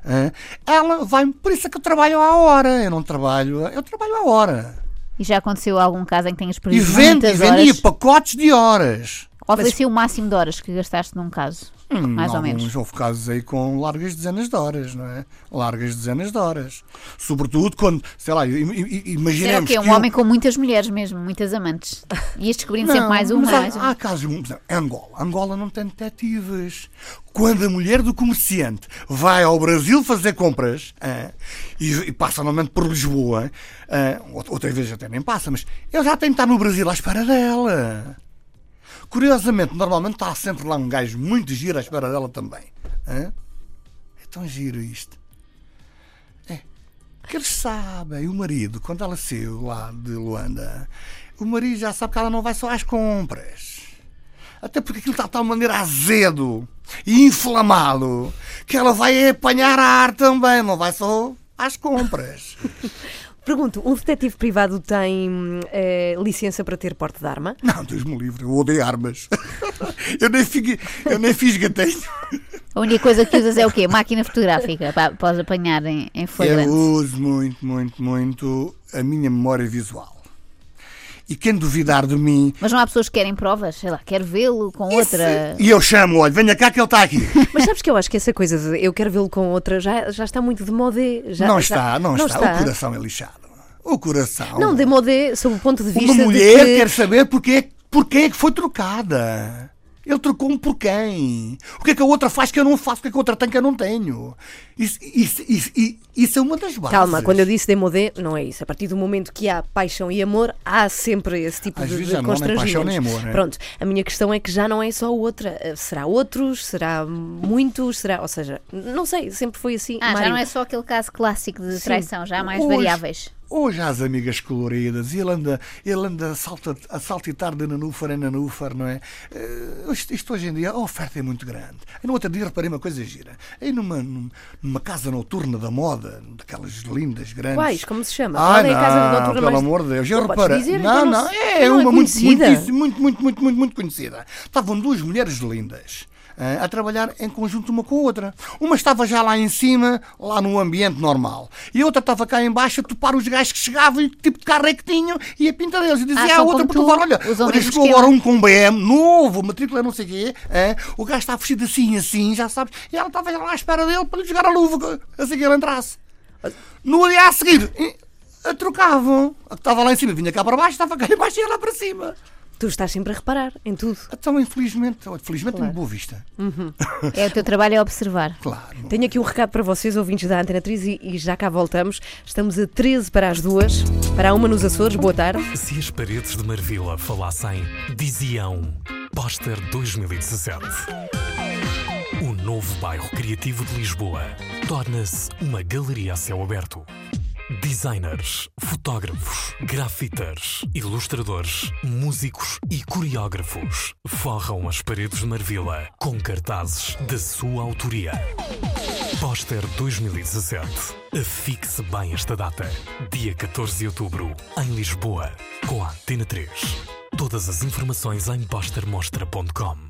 Ela vai. Por isso é que eu trabalho à hora. Eu trabalho à hora. E já aconteceu algum caso em que tenhas E perdido muitas vendia horas? pacotes de horas. Qual foi assim, o máximo de horas que gastaste num caso? Mais ou Alguns menos. houve casos aí com largas dezenas de horas, não é? Largas dezenas de horas. Sobretudo quando, sei lá, Era o imaginemos quê? que Um homem com muitas mulheres mesmo, muitas amantes. Ias descobrindo sempre mais uma, mas mais uma. há casos, por exemplo, Angola não tem detetives. Quando a mulher do comerciante vai ao Brasil fazer compras e passa normalmente por Lisboa, outras vezes até nem passa, mas ele já tem de estar no Brasil à espera dela. Curiosamente, normalmente está sempre lá um gajo muito giro à espera dela também. É tão giro isto. que eles sabem. O marido, quando ela saiu lá de Luanda, o marido já sabe que ela não vai só às compras. Até porque aquilo está de tal maneira azedo e inflamado que ela vai apanhar ar também, não vai só às compras. Pergunto, um detetive privado tem licença para ter porte de arma? Não, Deus-me livre, eu odeio armas. Eu nem fiz gatinho. A única coisa que usas é o quê? Máquina fotográfica, para apanhar em flagrante. Eu uso muito a minha memória visual. E quem duvidar de mim... Mas não há pessoas que querem provas? Sei lá, quero vê-lo com outra... E eu chamo, olha, venha cá que ele está aqui. Mas sabes que eu acho que essa coisa de eu quero vê-lo com outra já está muito de modé. Não está. O coração é lixado. O coração... Não, de modé, sob o ponto de vista Uma mulher de que... quer saber porque é que foi trocada. Ele trocou-me por quem? O que é que a outra faz que eu não faço? O que é que a outra tem que eu não tenho? Isso é uma das bases. Calma, quando eu disse demodé, não é isso. A partir do momento que há paixão e amor, há sempre esse tipo Às de vezes já não há nem paixão nem constrangimentos. amor, né? Pronto, a minha questão é que já não é só outra. Será outros? Será muitos? Será... Ou seja, não sei, sempre foi assim. Já Mário. não é só aquele caso clássico de Sim. traição, já há mais Hoje- variáveis. Hoje há as amigas coloridas e ele anda a saltitar de nanúfar em nanúfar, não é? Isto hoje em dia, a oferta é muito grande. E no outro dia reparei uma coisa gira. Aí numa casa noturna da moda, daquelas lindas, grandes. Quais? Como se chama? Ah, Qual é a casa não, noturna pelo mais... amor de Deus. Eu Não podes reparei. dizer, Não, então não, é é uma muito conhecida. muito conhecida. Estavam duas mulheres lindas a trabalhar em conjunto uma com a outra. Uma estava já lá em cima, lá no ambiente normal. E a outra estava cá em baixo a topar os gajos que chegavam e que tipo de carro é que tinham e a pinta deles. E dizia são a outra como por tu, olha, usam o mesmo chegou esquema. agora um com um BM novo, matrícula não sei o quê. O gajo está vestido assim, já sabes. E ela estava já lá à espera dele para lhe jogar a luva, assim que ele entrasse. No dia a seguir, trocavam. A que estava lá em cima vinha cá para baixo, estava cá em baixo e ia lá para cima. Tu estás sempre a reparar em tudo. Então, felizmente Claro. tenho boa vista. É o teu trabalho é observar. Claro. Tenho aqui um recado para vocês, ouvintes da Antena 3, e já cá voltamos. Estamos a 13 para as 2, para a 1 nos Açores. Boa tarde. Se as paredes de Marvila falassem, diziam Póster 2017. O novo bairro criativo de Lisboa torna-se uma galeria a céu aberto. Designers, fotógrafos, grafiters, ilustradores, músicos e coreógrafos forram as paredes de Marvila com cartazes da sua autoria. Póster 2017. Afixe bem esta data. Dia 14 de outubro, em Lisboa, com a Antena 3. Todas as informações em postermostra.com.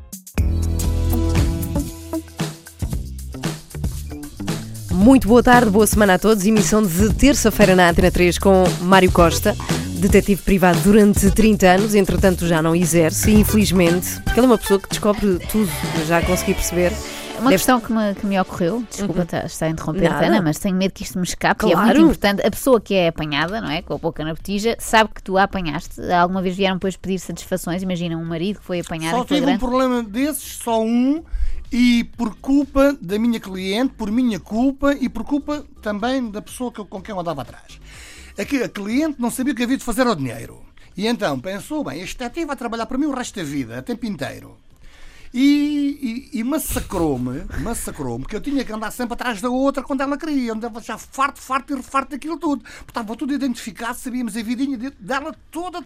Muito boa tarde, boa semana a todos. Emissão de terça-feira na Antena 3 com Mário Costa, detetive privado durante 30 anos, entretanto já não exerce, e infelizmente, porque ele é uma pessoa que descobre tudo, já consegui perceber. Uma questão que me ocorreu, desculpa estar a interromper, Nada. Ana, mas tenho medo que isto me escape e é Claro. muito importante. A pessoa que é apanhada, não é? Com a boca na botija, sabe que tu a apanhaste. Alguma vez vieram depois pedir satisfações? Imagina um marido que foi apanhado Só em tive um flagrante. problema desses, só um, e por culpa da minha cliente, por minha culpa e por culpa também da pessoa com quem eu andava atrás. É que a cliente não sabia o que havia de fazer ao dinheiro. E então pensou, bem, este detetive vai trabalhar para mim o resto da vida, a tempo inteiro. E massacrou-me que eu tinha que andar sempre atrás da outra quando ela queria. Eu andava já farto e refarto daquilo tudo. Porque estava tudo identificado, sabíamos a vidinha dela toda.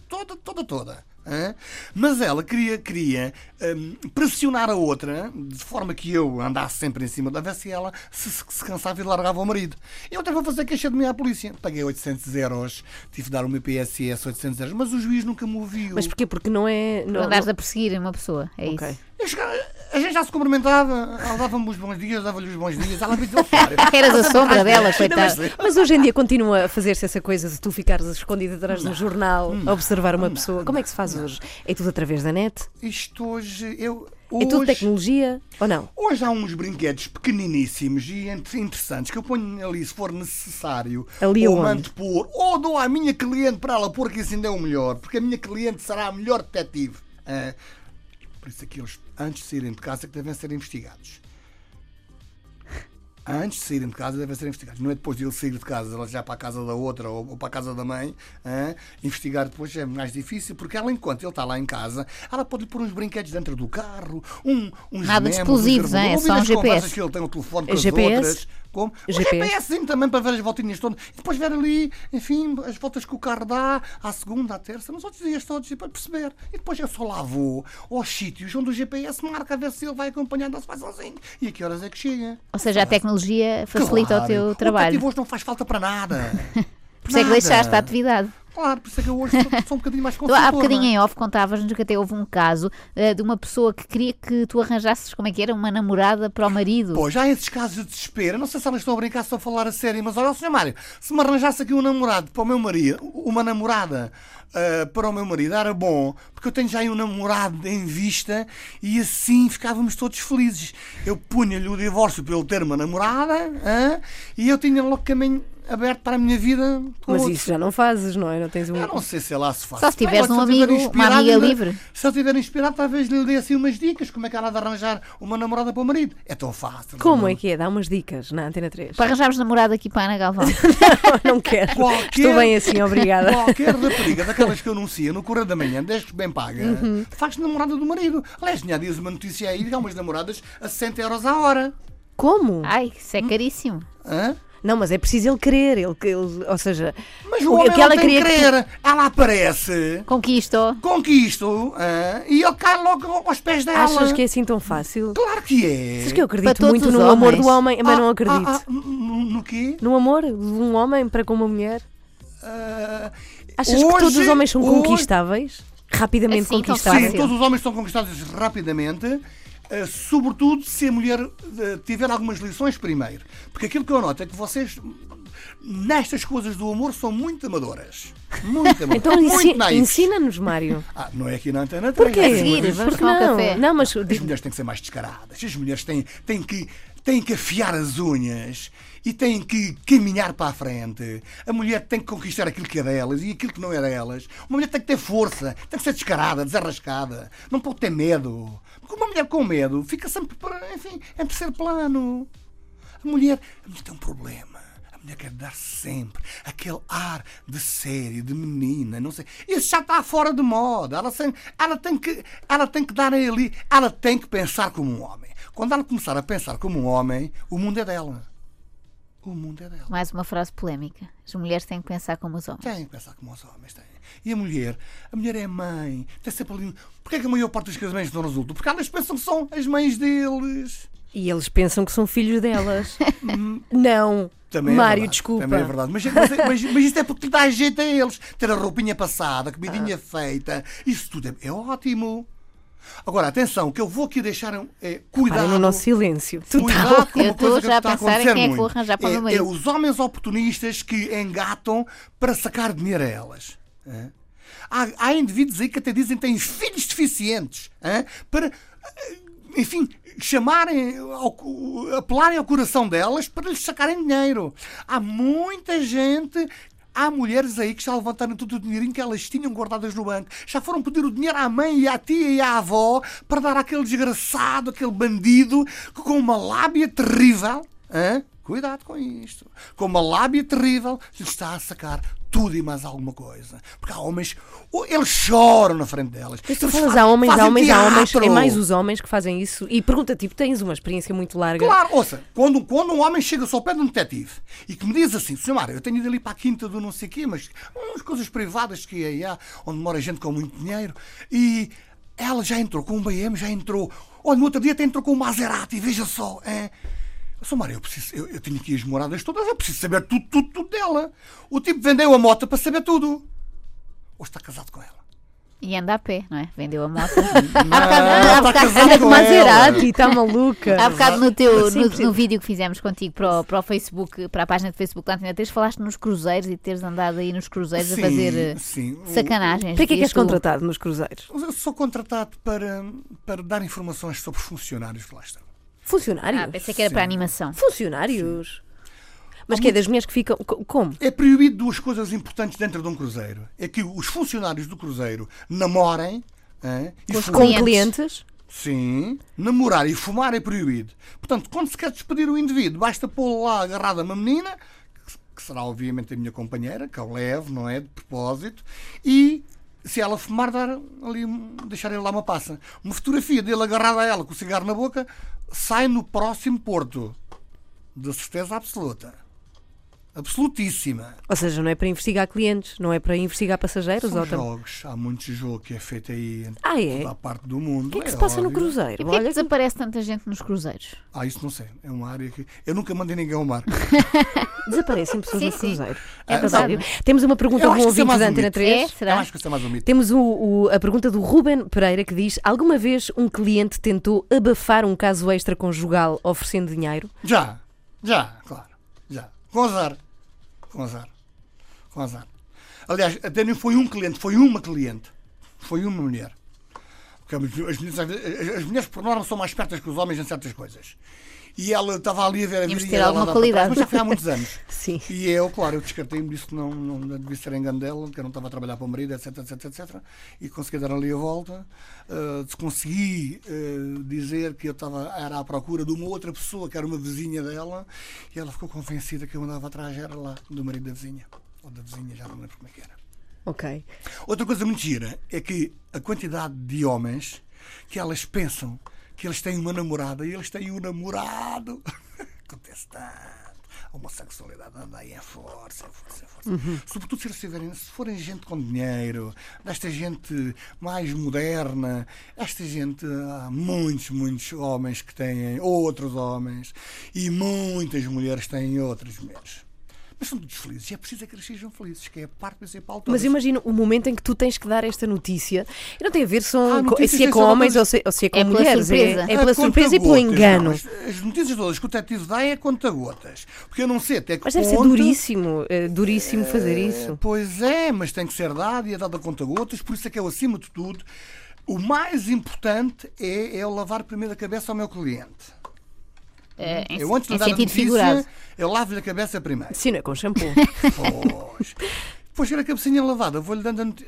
Hã? Mas ela queria pressionar a outra de forma que eu andasse sempre em cima da ver se ela se cansava e largava o marido. Eu até vou fazer queixa de mim à polícia. Paguei 800 euros, tive de dar uma PSS 800 euros, mas o juiz nunca me ouviu. Mas porquê? Porque não é... Tu andares a perseguir uma pessoa, é Ok. isso. A gente já se cumprimentava, ela dava-me os bons dias, dava-lhe os bons dias, ela me dizia, Eras a sombra dela, coitada. Mas hoje em dia continua a fazer-se essa coisa de tu ficares escondido atrás de um jornal a observar uma pessoa. Como é que se faz hoje? É tudo através da net? Isto hoje, É tudo tecnologia ou não? Hoje há uns brinquedos pequeniníssimos e interessantes que eu ponho ali se for necessário. Ali ou aonde? mando pôr, ou dou à minha cliente para ela pôr, que isso ainda é o melhor, porque a minha cliente será a melhor detetive. Por isso é que eles, antes de saírem de casa, que devem ser investigados. Antes de saírem de casa devem ser investigados. Não é depois de ele sair de casa, ela já para a casa da outra ou para a casa da mãe. Investigar depois é mais difícil, porque ela, enquanto ele está lá em casa, ela pode lhe pôr uns brinquedos dentro do carro, uns Nada de memos, explosivos, uns é ouvir só um as GPS. conversas que ele tem o telefone com É as GPS? outras. como? O GPS. GPS também para ver as voltinhas todas. E depois ver ali, enfim, as voltas que o carro dá à segunda, à terça, nos outros dias todos, e para perceber. E depois eu só lá vou aos sítios onde o GPS marca a ver se ele vai acompanhando ou se vai sozinho. E a que horas é que chega? Ou seja, a tecnologia facilita Claro. o teu O trabalho. cativo hoje não faz falta para nada. Por isso é que Nada. deixaste a atividade. Claro, por isso é que eu hoje sou um bocadinho mais Tu, consultor. há bocadinho não é? em off contavas-nos que até houve um caso de uma pessoa que queria que tu arranjasses, como é que era, uma namorada para o marido. Pô, já há esses casos de desespero. Eu não sei se elas estão a brincar, se estão a falar a sério, mas olha, Sr. Mário, se me arranjasse aqui um namorado para o meu marido, uma namorada para o meu marido, era bom, porque eu tenho já aí um namorado em vista e assim ficávamos todos felizes. Eu punha-lhe o divórcio para ele ter uma namorada e eu tinha logo caminho aberto para a minha vida. Mas isso já não fazes, não é? Não tens um... Eu não sei se lá se faz. Só se tiveres Bem, um se eu estiver amigo, uma inspirado, amiga livre. Se eu estiver inspirado, talvez lhe dê assim umas dicas. Como é que ela há de arranjar uma namorada para o marido? É tão fácil. Como não é que é? Dá umas dicas na Antena 3. Para arranjarmos namorado aqui para a Ana Galvão. Não quero. Qualquer- Estou bem assim, obrigada. Qualquer rapariga daquelas que eu anuncio no Correio da Manhã, desde que bem paga, faz-se namorada do marido. Aliás, tinha há dias uma notícia aí de que há umas namoradas a 60 euros a hora. Como? Ai, isso é caríssimo. Hã? Não, mas é preciso ele querer. Ou seja, Mas o homem que ela não tem que queria que querer. Ela aparece, Conquistou. conquisto, e ele cai logo aos pés dela. achas que é assim tão fácil? Claro que é. Sabes que eu Para acredito todos muito os no amor homens. do homem, mas não acredito. No quê? No amor de um homem para com uma mulher? Ah, Achas que todos os homens são hoje- conquistáveis? Rapidamente Assim, tão conquistáveis? fácil. Sim, todos os homens são conquistados rapidamente, sobretudo se a mulher tiver algumas lições primeiro. Porque aquilo que eu noto é que vocês, nestas coisas do amor, são muito amadoras. Muito amadoras. Então muito naifes. ensina-nos, Mário. Não é aqui na Antena 3. Porquê? A seguir, vamos Porque tomar um não? café. Não, mas As mulheres têm que ser mais descaradas. As mulheres têm que afiar as unhas e têm que caminhar para a frente. A mulher tem que conquistar aquilo que é delas e aquilo que não é delas. Uma mulher tem que ter força, tem que ser descarada, desarrascada. Não pode ter medo. Porque uma mulher com medo fica sempre, enfim, em terceiro plano. A mulher tem um problema. A mulher quer dar sempre aquele ar de série, de menina, não sei. Isso já está fora de moda. Ela tem que dar ali, ela tem que pensar como um homem. Quando ela começar a pensar como um homem, o mundo é dela. O mundo é dela. Mais uma frase polémica. As mulheres têm que pensar como os homens. Tem que pensar como os homens têm. E a mulher é mãe. Tem sempre ali. Porquê é que a maior parte dos casamentos não resultam? Porque elas pensam que são as mães deles. E eles pensam que são filhos delas. Não. Também é Mário, verdade, desculpa. Também é verdade. Mas isso é porque lhe dá jeito a eles. Ter a roupinha passada, a comidinha feita. Isso tudo é ótimo. Agora, atenção, que eu vou aqui deixar cuidado. Para no nosso silêncio. Cuidado com Eu uma estou coisa que já a está a pensar em acontecer quem é que vou muito. arranjar para o meu marido. Os homens oportunistas que engatam para sacar dinheiro a elas. Há indivíduos aí que até dizem que têm filhos deficientes para, enfim, apelarem ao coração delas para lhes sacarem dinheiro. Há muita gente. Há mulheres aí que já levantaram todo o dinheirinho que elas tinham guardadas no banco. Já foram pedir o dinheiro à mãe e à tia e à avó para dar àquele desgraçado, aquele bandido, que com uma lábia terrível, cuidado com isto, com uma lábia terrível, lhe está a sacar tudo e mais alguma coisa. Porque há homens, eles choram na frente delas. Mas tu Eles falas há homens, fazem há homens. teatro. É mais os homens que fazem isso. E pergunta, tipo, tens uma experiência muito larga. Claro, ouça, quando um homem chega-se ao pé de um detetive e que me diz assim, Sr. Mário, eu tenho ido ali para a quinta do não sei quê, mas umas coisas privadas que aí há, onde mora gente com muito dinheiro, e ela já entrou com um BM, já entrou, olha, no outro dia até entrou com um Maserati, veja só, Sr. Mário, eu tenho aqui as moradas todas, eu preciso saber tudo dela. O tipo vendeu a moto para saber tudo. Ou está casado com ela. E anda a pé, não é? Vendeu a moto. Está casado Anda de com Maserati, ela. está maluca. Há bocado Sim, no vídeo que fizemos contigo para o Facebook, para a página de Facebook da Antena 3, falaste nos cruzeiros e teres andado aí nos cruzeiros a fazer sim. sacanagens. Para que é que és E tu- contratado nos cruzeiros? Eu sou contratado para dar informações sobre funcionários que lá estão. Funcionários? Pensei que era para a animação. Funcionários? Mas que é das mulheres que ficam... Como? É proibido duas coisas importantes dentro de um cruzeiro. É que os funcionários do cruzeiro namorem e Com os fumem. Com clientes? Sim, namorar e fumar é proibido. Portanto, quando se quer despedir o indivíduo, basta pô-lo lá agarrado a uma menina, que será obviamente a minha companheira, que eu levo, não é? De propósito, e se ela fumar, deixar ele lá uma passa. Uma fotografia dele agarrado a ela com o cigarro na boca sai no próximo porto. de certeza absoluta. Absolutíssima. Ou seja, não é para investigar clientes, não é para investigar passageiros? São ou jogos, há muito jogo que é feito aí em é? toda a parte do mundo. O que é que se passa no óbvio. cruzeiro? E porquê é que desaparece tanta gente nos cruzeiros? Isso não sei. É uma área que eu nunca mandei ninguém ao mar. Desaparecem pessoas no Sim. cruzeiro. É É verdade. sério? Temos uma pergunta Eu do acho que isso é ouvinte mais da um Antena mito. 3. É? Será? Eu acho que isso é mais um mito. Temos a pergunta do Ruben Pereira que diz: alguma vez um cliente tentou abafar um caso extraconjugal oferecendo dinheiro? Já, claro. Já. Com azar. Aliás, até nem foi um cliente, foi uma cliente. Foi uma mulher. Porque as mulheres, por norma, são mais espertas que os homens em certas coisas. E ela estava ali a ver a Tínhamos vida de ter dela alguma andar para trás, qualidade. mas já foi há muitos anos. Sim. E eu, claro, eu descartei-me, disse que não devia ser engano dela, que eu não estava a trabalhar para o marido, etc. E consegui dar ali a volta. Consegui dizer que eu era à procura de uma outra pessoa, que era uma vizinha dela, e ela ficou convencida que eu andava atrás, era lá, do marido da vizinha. Ou da vizinha, já não lembro como é que era. Ok. Outra coisa muito gira é que a quantidade de homens que elas pensam que eles têm uma namorada e eles têm um namorado. Acontece tanto. A homossexualidade anda aí em força. Sobretudo se forem gente com dinheiro, desta gente mais moderna, esta gente, há muitos homens que têm outros homens e muitas mulheres têm outras mulheres. Mas são todos felizes. E é preciso que eles sejam felizes, que é a parte principal. Mas imagina o momento em que tu tens que dar esta notícia. E não tem a ver se notícias é com têm homens só ou se é com É pela mulheres. surpresa. É pela surpresa e pelo engano. As notícias todas que o detetive dá é conta-gotas. Porque eu não sei até que Mas deve ser ponto- duríssimo fazer isso. Pois é, mas tem que ser dado e é dado a conta-gotas. Por isso é que eu, acima de tudo, o mais importante é eu lavar primeiro a cabeça ao meu cliente. Eu, antes de Em dar a sentido notícia, figurado. eu lavo-lhe a cabeça primeiro. Sim, não é com shampoo. Pois. Depois ter a cabecinha lavada, vou-lhe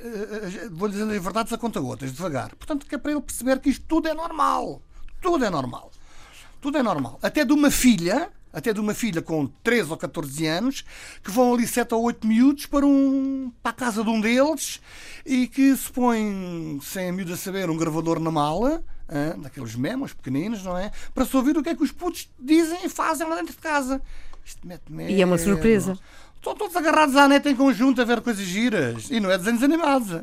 dando as verdades a conta-gotas, devagar. Portanto, que é para ele perceber que isto tudo é normal. Tudo é normal. Até de uma filha com 13 ou 14 anos, que vão ali 7 ou 8 miúdos para a casa de um deles e que se põe, sem a miúda saber, um gravador na mala, daqueles memos pequeninos, não é? Para se ouvir o que é que os putos dizem e fazem lá dentro de casa. Isto mete medo. E é uma surpresa. Estão todos agarrados à net em conjunto a ver coisas giras. E não é desenhos animados.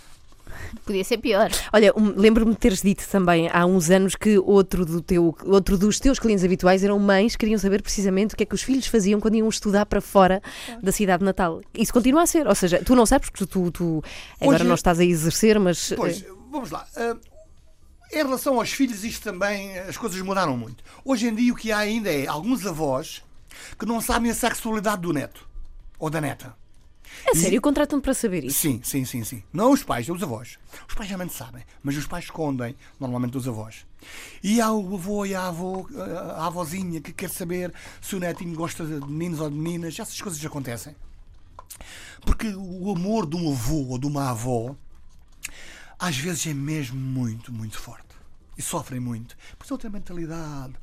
Podia ser pior. Olha, lembro-me de teres dito também há uns anos que outro dos teus clientes habituais eram mães que queriam saber precisamente o que é que os filhos faziam quando iam estudar para fora da cidade de Natal. Isso continua a ser, ou seja, tu não sabes porque tu agora Hoje- não estás a exercer, mas... Pois, vamos lá. Em relação aos filhos, isto também, as coisas mudaram muito. Hoje em dia o que há ainda é alguns avós que não sabem a sexualidade do neto ou da neta. A sério, contratam-te para saber isso? Sim. Não os pais, os avós. Os pais realmente sabem, mas os pais escondem, normalmente, os avós. E há o avô e a avózinha que quer saber se o netinho gosta de meninos ou de meninas. Essas coisas acontecem. Porque o amor de um avô ou de uma avó às vezes é mesmo muito forte. E sofrem muito. Pois é outra mentalidade.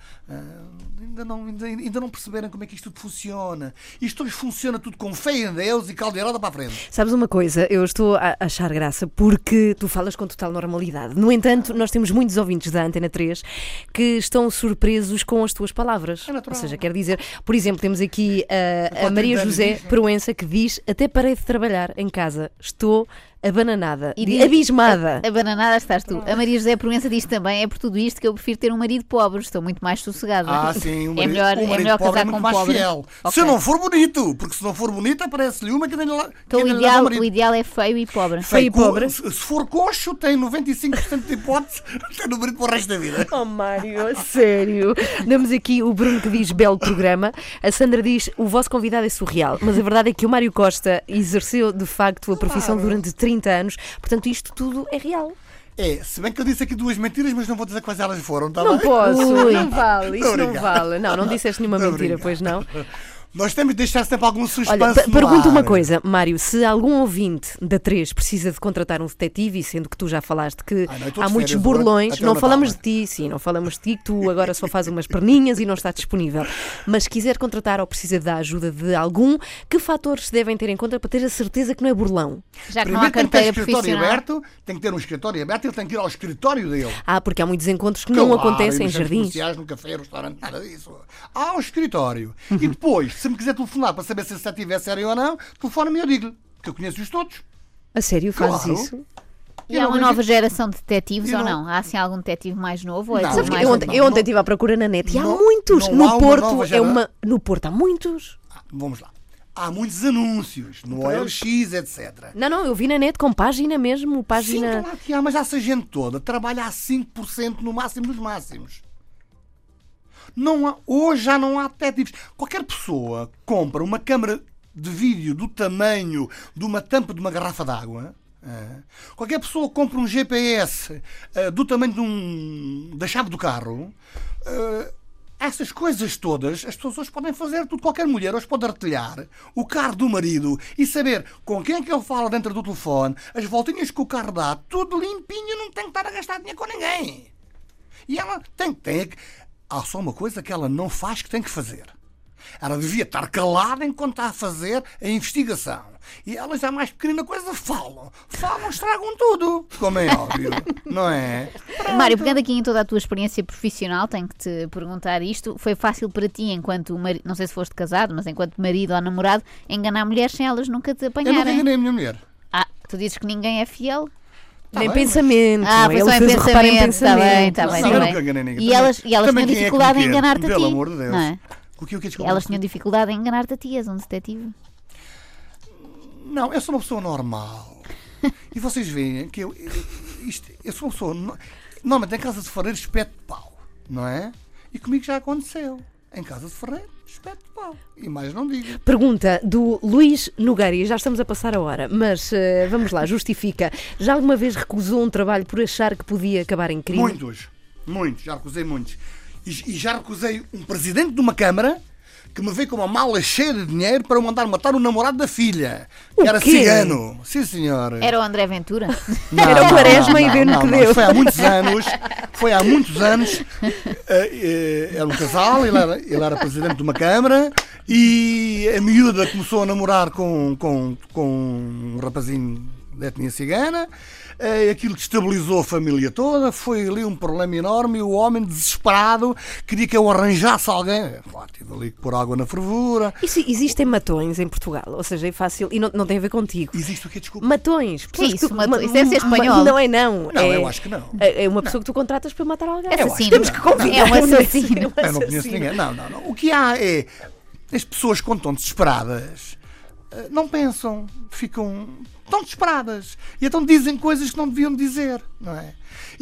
Ainda não perceberam como é que isto tudo funciona. Isto hoje funciona tudo com fé em Deus e caldeirada para a frente. Sabes uma coisa? Eu estou a achar graça porque tu falas com total normalidade. No entanto, nós temos muitos ouvintes da Antena 3 que estão surpresos com as tuas palavras. É natural. Ou seja, quer dizer, por exemplo, temos aqui a Quanto Maria tempo José diz, não é? Proença que diz: até parei de trabalhar em casa. Estou abananada, diz- abismada. A bananada estás tu. A Maria José Proença diz também: é por tudo isto que eu prefiro ter um marido pobre, estou muito mais sossegada. Sim, o é melhor pobre casar é com muito um mais pobre. fiel. Ok. Se eu não for bonito, porque se não for bonito aparece-lhe uma que nem lá. Então que nem lhe dá o ideal é feio e pobre. Feio e pobre. Se for coxo, tem 95% de hipótese de ter no marido para o resto da vida. Oh Mário, a sério. Damos aqui o Bruno que diz belo programa. A Sandra diz: o vosso convidado é surreal. Mas a verdade é que o Mário Costa exerceu de facto a profissão durante 30 anos. Portanto, isto tudo é real. Se bem que eu disse aqui duas mentiras, mas não vou dizer quais elas foram, tá Não bem? posso, Ui. não vale, isso Tô não brincando. vale. Não disseste nenhuma Tô mentira, brincando. pois não? Nós temos de deixar sempre algum suspense. Olha, no pergunto ar. uma coisa, Mário, se algum ouvinte da 3 precisa de contratar um detetive, e sendo que tu já falaste que Não, eu estou há de muitos férias, burlões, até o não Natal, falamos não é? de ti, sim, não falamos de ti, que tu agora só faz umas perninhas e não está disponível, mas se quiser contratar ou precisa da ajuda de algum, que fatores se devem ter em conta para ter a certeza que não é burlão? Já que não há Primeiro tem que ter carteira escritório profissional. aberto, tem que ter um escritório aberto e ele tem que ir ao escritório dele. Porque há muitos encontros que não Claro, acontecem em nos centros jardins. comerciais, no café, restaurante, nada disso. Há um escritório. E depois, se me quiser telefonar para saber se esse detetive é sério ou não, telefone-me e eu digo-lhe, que eu conheço-os todos. A sério, fazes Claro. isso? E há uma nova geração de detetives Eu ou não- não? Há assim algum detetive mais novo? Ou é Não, tudo Sabes mais que eu novo? ontem estive à procura na net e há não- muitos. não há No uma Porto, nova geração. no Porto há muitos. Vamos lá. Há muitos anúncios no OLX, etc. Não, eu vi na net com página mesmo, Sim, página... claro que há, mas essa gente toda trabalha a 5% no máximo dos máximos. Não há, hoje já não há detetives. Qualquer pessoa compra uma câmara de vídeo do tamanho de uma tampa de uma garrafa d'água. Qualquer pessoa compra um GPS do tamanho da chave do carro. Essas coisas todas, as pessoas hoje podem fazer tudo. Qualquer mulher hoje pode artilhar o carro do marido e saber com quem é que ele fala dentro do telefone, as voltinhas que o carro dá, tudo limpinho, não tem que estar a gastar dinheiro com ninguém. E ela tem que... Há só uma coisa que ela não faz que tem que fazer. Ela devia estar calada enquanto está a fazer a investigação. E elas, a mais pequenina coisa, falam, estragam tudo. Como é óbvio, não é? Mário, pegando aqui em toda a tua experiência profissional, tenho que te perguntar isto. Foi fácil para ti, enquanto marido, não sei se foste casado, mas enquanto marido ou namorado, enganar mulheres sem elas nunca te Eu nunca apanharem? enganei a minha mulher. Tu dizes que ninguém é fiel? Tá Nem bem, pensamento. Foi Ele só em fez o reparo em pensamento. Está bem, está Não, bem. eu Tá nunca bem. enganei ninguém. E elas tinham Também quem é que dificuldade me em quer? enganar-te a ti. Pelo amor de Deus. Não é? O que desculpa? Elas tinham dificuldade em enganar-te a ti, és um detetive. Não, eu sou uma pessoa normal. E vocês veem que eu sou uma pessoa... Normalmente em casa de ferreiro espeto de pau, não é? E comigo já aconteceu. Em casa de ferreiro, espeto de pau. E mais não digo. Pergunta do Luís Nogueira, e já estamos a passar a hora, mas vamos lá, justifica. Já alguma vez recusou um trabalho por achar que podia acabar em crime? Muitos, já recusei muitos. E já recusei um presidente de uma Câmara que me veio com uma mala cheia de dinheiro para eu mandar matar o namorado da filha. Que era quê? cigano. Sim, senhor. Era o André Ventura? Era o Quaresma e deu-lhe que deu. Foi há muitos anos. Era um casal, ele era presidente de uma Câmara e a miúda começou a namorar com um rapazinho da etnia cigana. Aquilo destabilizou a família toda, foi ali um problema enorme e o homem desesperado queria que eu arranjasse alguém. Claro, tive ali que pôr água na fervura. Existem matões em Portugal, ou seja, é fácil, e não tem a ver contigo. Existe o quê? Desculpa. Matões. Que pessoas isso, matões? Isso deve ser espanhol. Não é não. Não, é, eu acho que não. É uma pessoa que tu contratas para matar alguém. Assassino. Temos que convidar. É um assassino. Eu não conheço ninguém. Não. O que há é... As pessoas, quando estão desesperadas, não pensam, estão desesperadas. E então dizem coisas que não deviam dizer, não é?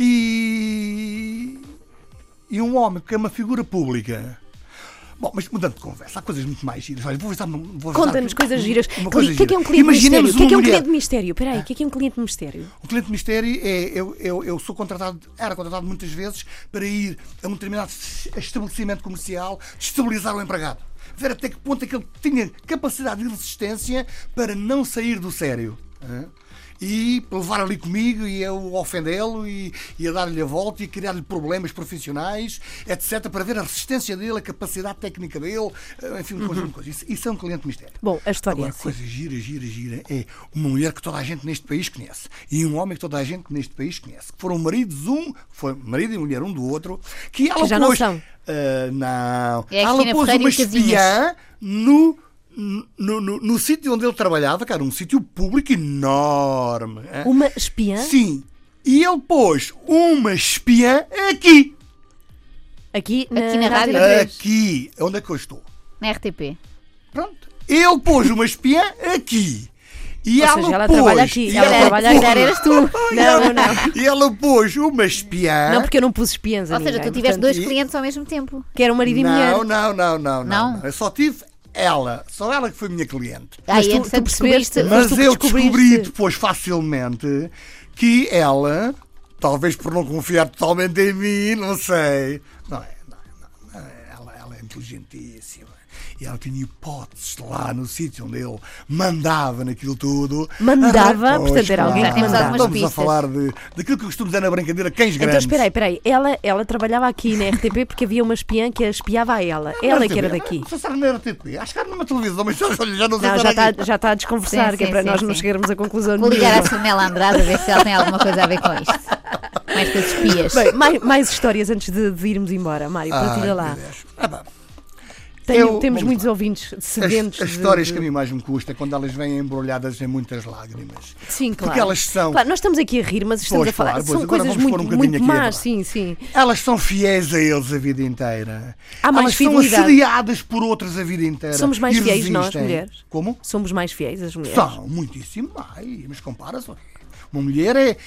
E um homem que é uma figura pública... Bom, mas mudando de conversa, há coisas muito mais giras. Olha, Conta-nos coisas giras. Uma O coisa que é gira. um cliente mistério? O que é um mulher- cliente mistério? Espera aí, o que é um cliente mistério? O cliente mistério é... Eu sou contratado... Era contratado muitas vezes para ir a um determinado estabelecimento comercial destabilizar o empregado. Ver até que ponto é que ele tinha capacidade de resistência para não sair do sério. E levar ali comigo e eu ofendê-lo e a dar-lhe a volta e a criar-lhe problemas profissionais, etc., para ver a resistência dele, a capacidade técnica dele, enfim, um conjunto de coisas. Isso é um cliente mistério. Bom, a história Agora, é assim. coisa gira é uma mulher que toda a gente neste país conhece e um homem que toda a gente neste país conhece, que foram foi marido e mulher um do outro, que ela Que já não pôs... são. Não. É a Ela Cristina pôs Ferreira uma e o Casinhas. espiã no sítio onde ele trabalhava, que era um sítio público enorme. Uma espiã? Sim. E ele pôs uma espiã aqui. Aqui Aqui na na Rádio rádio. 3. Aqui. Onde é que eu estou? Na RTP. Pronto. Ele pôs uma espiã aqui. E Ou seja, ela trabalha aqui. e Ela trabalha aqui. Eras tu. Não. E ela pôs uma espiã. Não, porque eu não pus espiãs a Ou seja, ninguém, tu tiveste portanto, dois clientes ao mesmo tempo. que era um marido e mulher. Não. Eu só tive ela. Só ela que foi minha cliente. Mas E tu entretanto percebeste- descobriste... Mas Mas tu que eu descobriste- descobri depois facilmente que ela, talvez por não confiar totalmente em mim, não sei. Ela é inteligentíssima. E ela tinha hipóteses lá no sítio onde ele mandava naquilo tudo. Mandava? Pois, Portanto, era alguém Já que temos mandava. algumas Estamos a pistas. falar daquilo que eu costumo dizer na brincadeira, cães Então, grandes. espera aí. Ela trabalhava aqui na RTP porque havia uma espiã que a espiava a ela. Ela é que era daqui. Não sei se era na RTP, acho que era numa televisão, mas olha, já não sei Não, se era aqui. já está a desconversar, Sim, que é sim, para sim, nós não sim. chegarmos a conclusão Vou ligar à nenhuma. Sonela Andrade a ver se ela tem alguma coisa a ver com isto. Com estas espias. Bem, mais histórias antes de irmos embora, Mário. Partilha lá. Meu Deus. Bem. Temos vamos muitos lá. ouvintes sedentos. As histórias que a mim mais me custa é quando elas vêm embrulhadas em muitas lágrimas. Sim, claro. Porque elas são. Claro, nós estamos aqui a rir, mas estamos Pois, a falar. claro, pois, São agora coisas vamos pôr muito, um bocadinho muito aqui a más, falar. sim. Elas são fiéis a eles a vida inteira. Há mais elas são fidelidade. assediadas por outras a vida inteira. Somos mais e fiéis nós, resistem. mulheres? Como? Somos mais fiéis, as mulheres. São muitíssimo mais. Mas compara-se. Uma mulher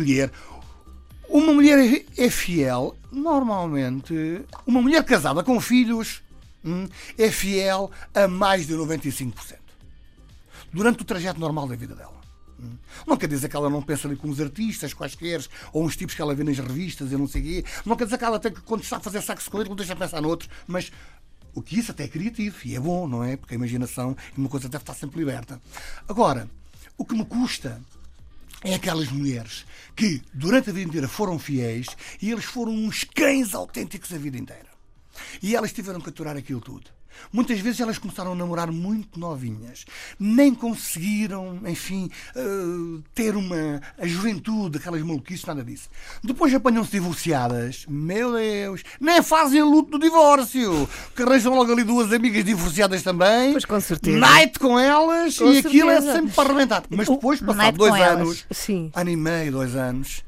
é fiel, normalmente. Uma mulher casada com filhos é fiel a mais de 95%. Durante o trajeto normal da vida dela. Não quer dizer que ela não pensa ali com os artistas quaisquer, ou uns tipos que ela vê nas revistas e não sei o quê. Não quer dizer que ela tem que, quando está a fazer saxo com ele, não deixa de pensar noutros. Mas o que isso até é criativo e é bom, não é? Porque a imaginação e uma coisa deve estar sempre liberta. Agora, o que me custa é aquelas mulheres que durante a vida inteira foram fiéis e eles foram uns cães autênticos a vida inteira. E elas tiveram que aturar aquilo tudo. Muitas vezes elas começaram a namorar muito novinhas. Nem conseguiram, enfim, ter a juventude, aquelas maluquices, nada disso. Depois apanham-se divorciadas. Meu Deus! Nem fazem luto do divórcio. Que arranjam logo ali duas amigas divorciadas também. Pois, com certeza. Night com elas Com e aquilo é certeza. sempre para arrebentar. Mas depois, passado Night 2 com elas. anos, Sim. ano e meio, 2 anos,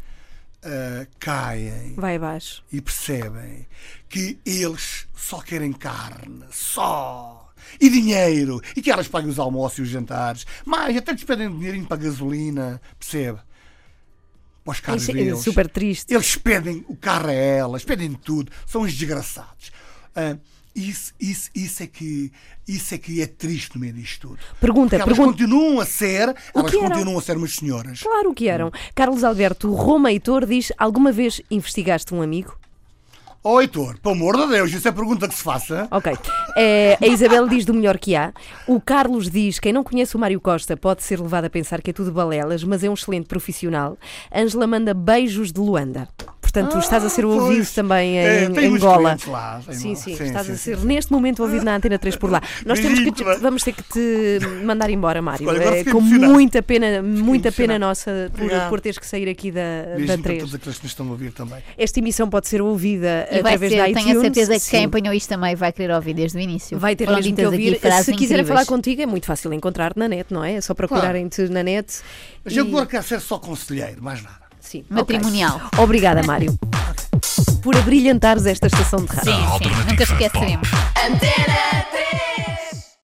caem Vai abaixo. e percebem que eles só querem carne, só, e dinheiro, e que elas paguem os almoços e os jantares, mas até lhes pedem dinheirinho para a gasolina, percebe? Para os carros Isso é deles. super triste. Eles pedem o carro a elas, pedem tudo, são uns desgraçados. Isso é que é triste no meio disto tudo. Pergunta. Porque elas continuam a ser umas senhoras. Claro que eram. Carlos Alberto Roma Heitor diz: alguma vez investigaste um amigo? Oh, Heitor, pelo amor de Deus, isso é pergunta que se faça. Ok. A Isabel diz do melhor que há. O Carlos diz: quem não conhece o Mário Costa pode ser levado a pensar que é tudo balelas, mas é um excelente profissional. Ângela manda beijos de Luanda. Portanto, estás a ser ouvido pois. também Tem em uns Angola. clientes lá, tem Sim, lá. sim, Sim, estás sim, a ser sim. neste momento ouvido na Antena 3 por lá. Nós vamos ter que te mandar embora, Mário. Olha, agora fiquei Com emocionado. muita pena emocionado. nossa Obrigado. por teres que sair aqui da Beijinho para 3. todos aqueles que nos estão a ouvir também. Esta emissão pode ser ouvida E vai através ser, da iTunes. tenho a certeza que Sim. quem apanhou isto também vai querer ouvir desde o início. Vai ter Foram mesmo que ditas ouvir. aqui frases Se quiserem incríveis. falar contigo, é muito fácil encontrar-te na net, não é? É só procurarem-te na net. Mas eu agora quero ser só conselheiro, mais nada. Sim, Matrimonial. ok. Obrigada, Mário, por abrilhantares esta estação de rádio. Sim, nunca esqueceremos. Antena 3.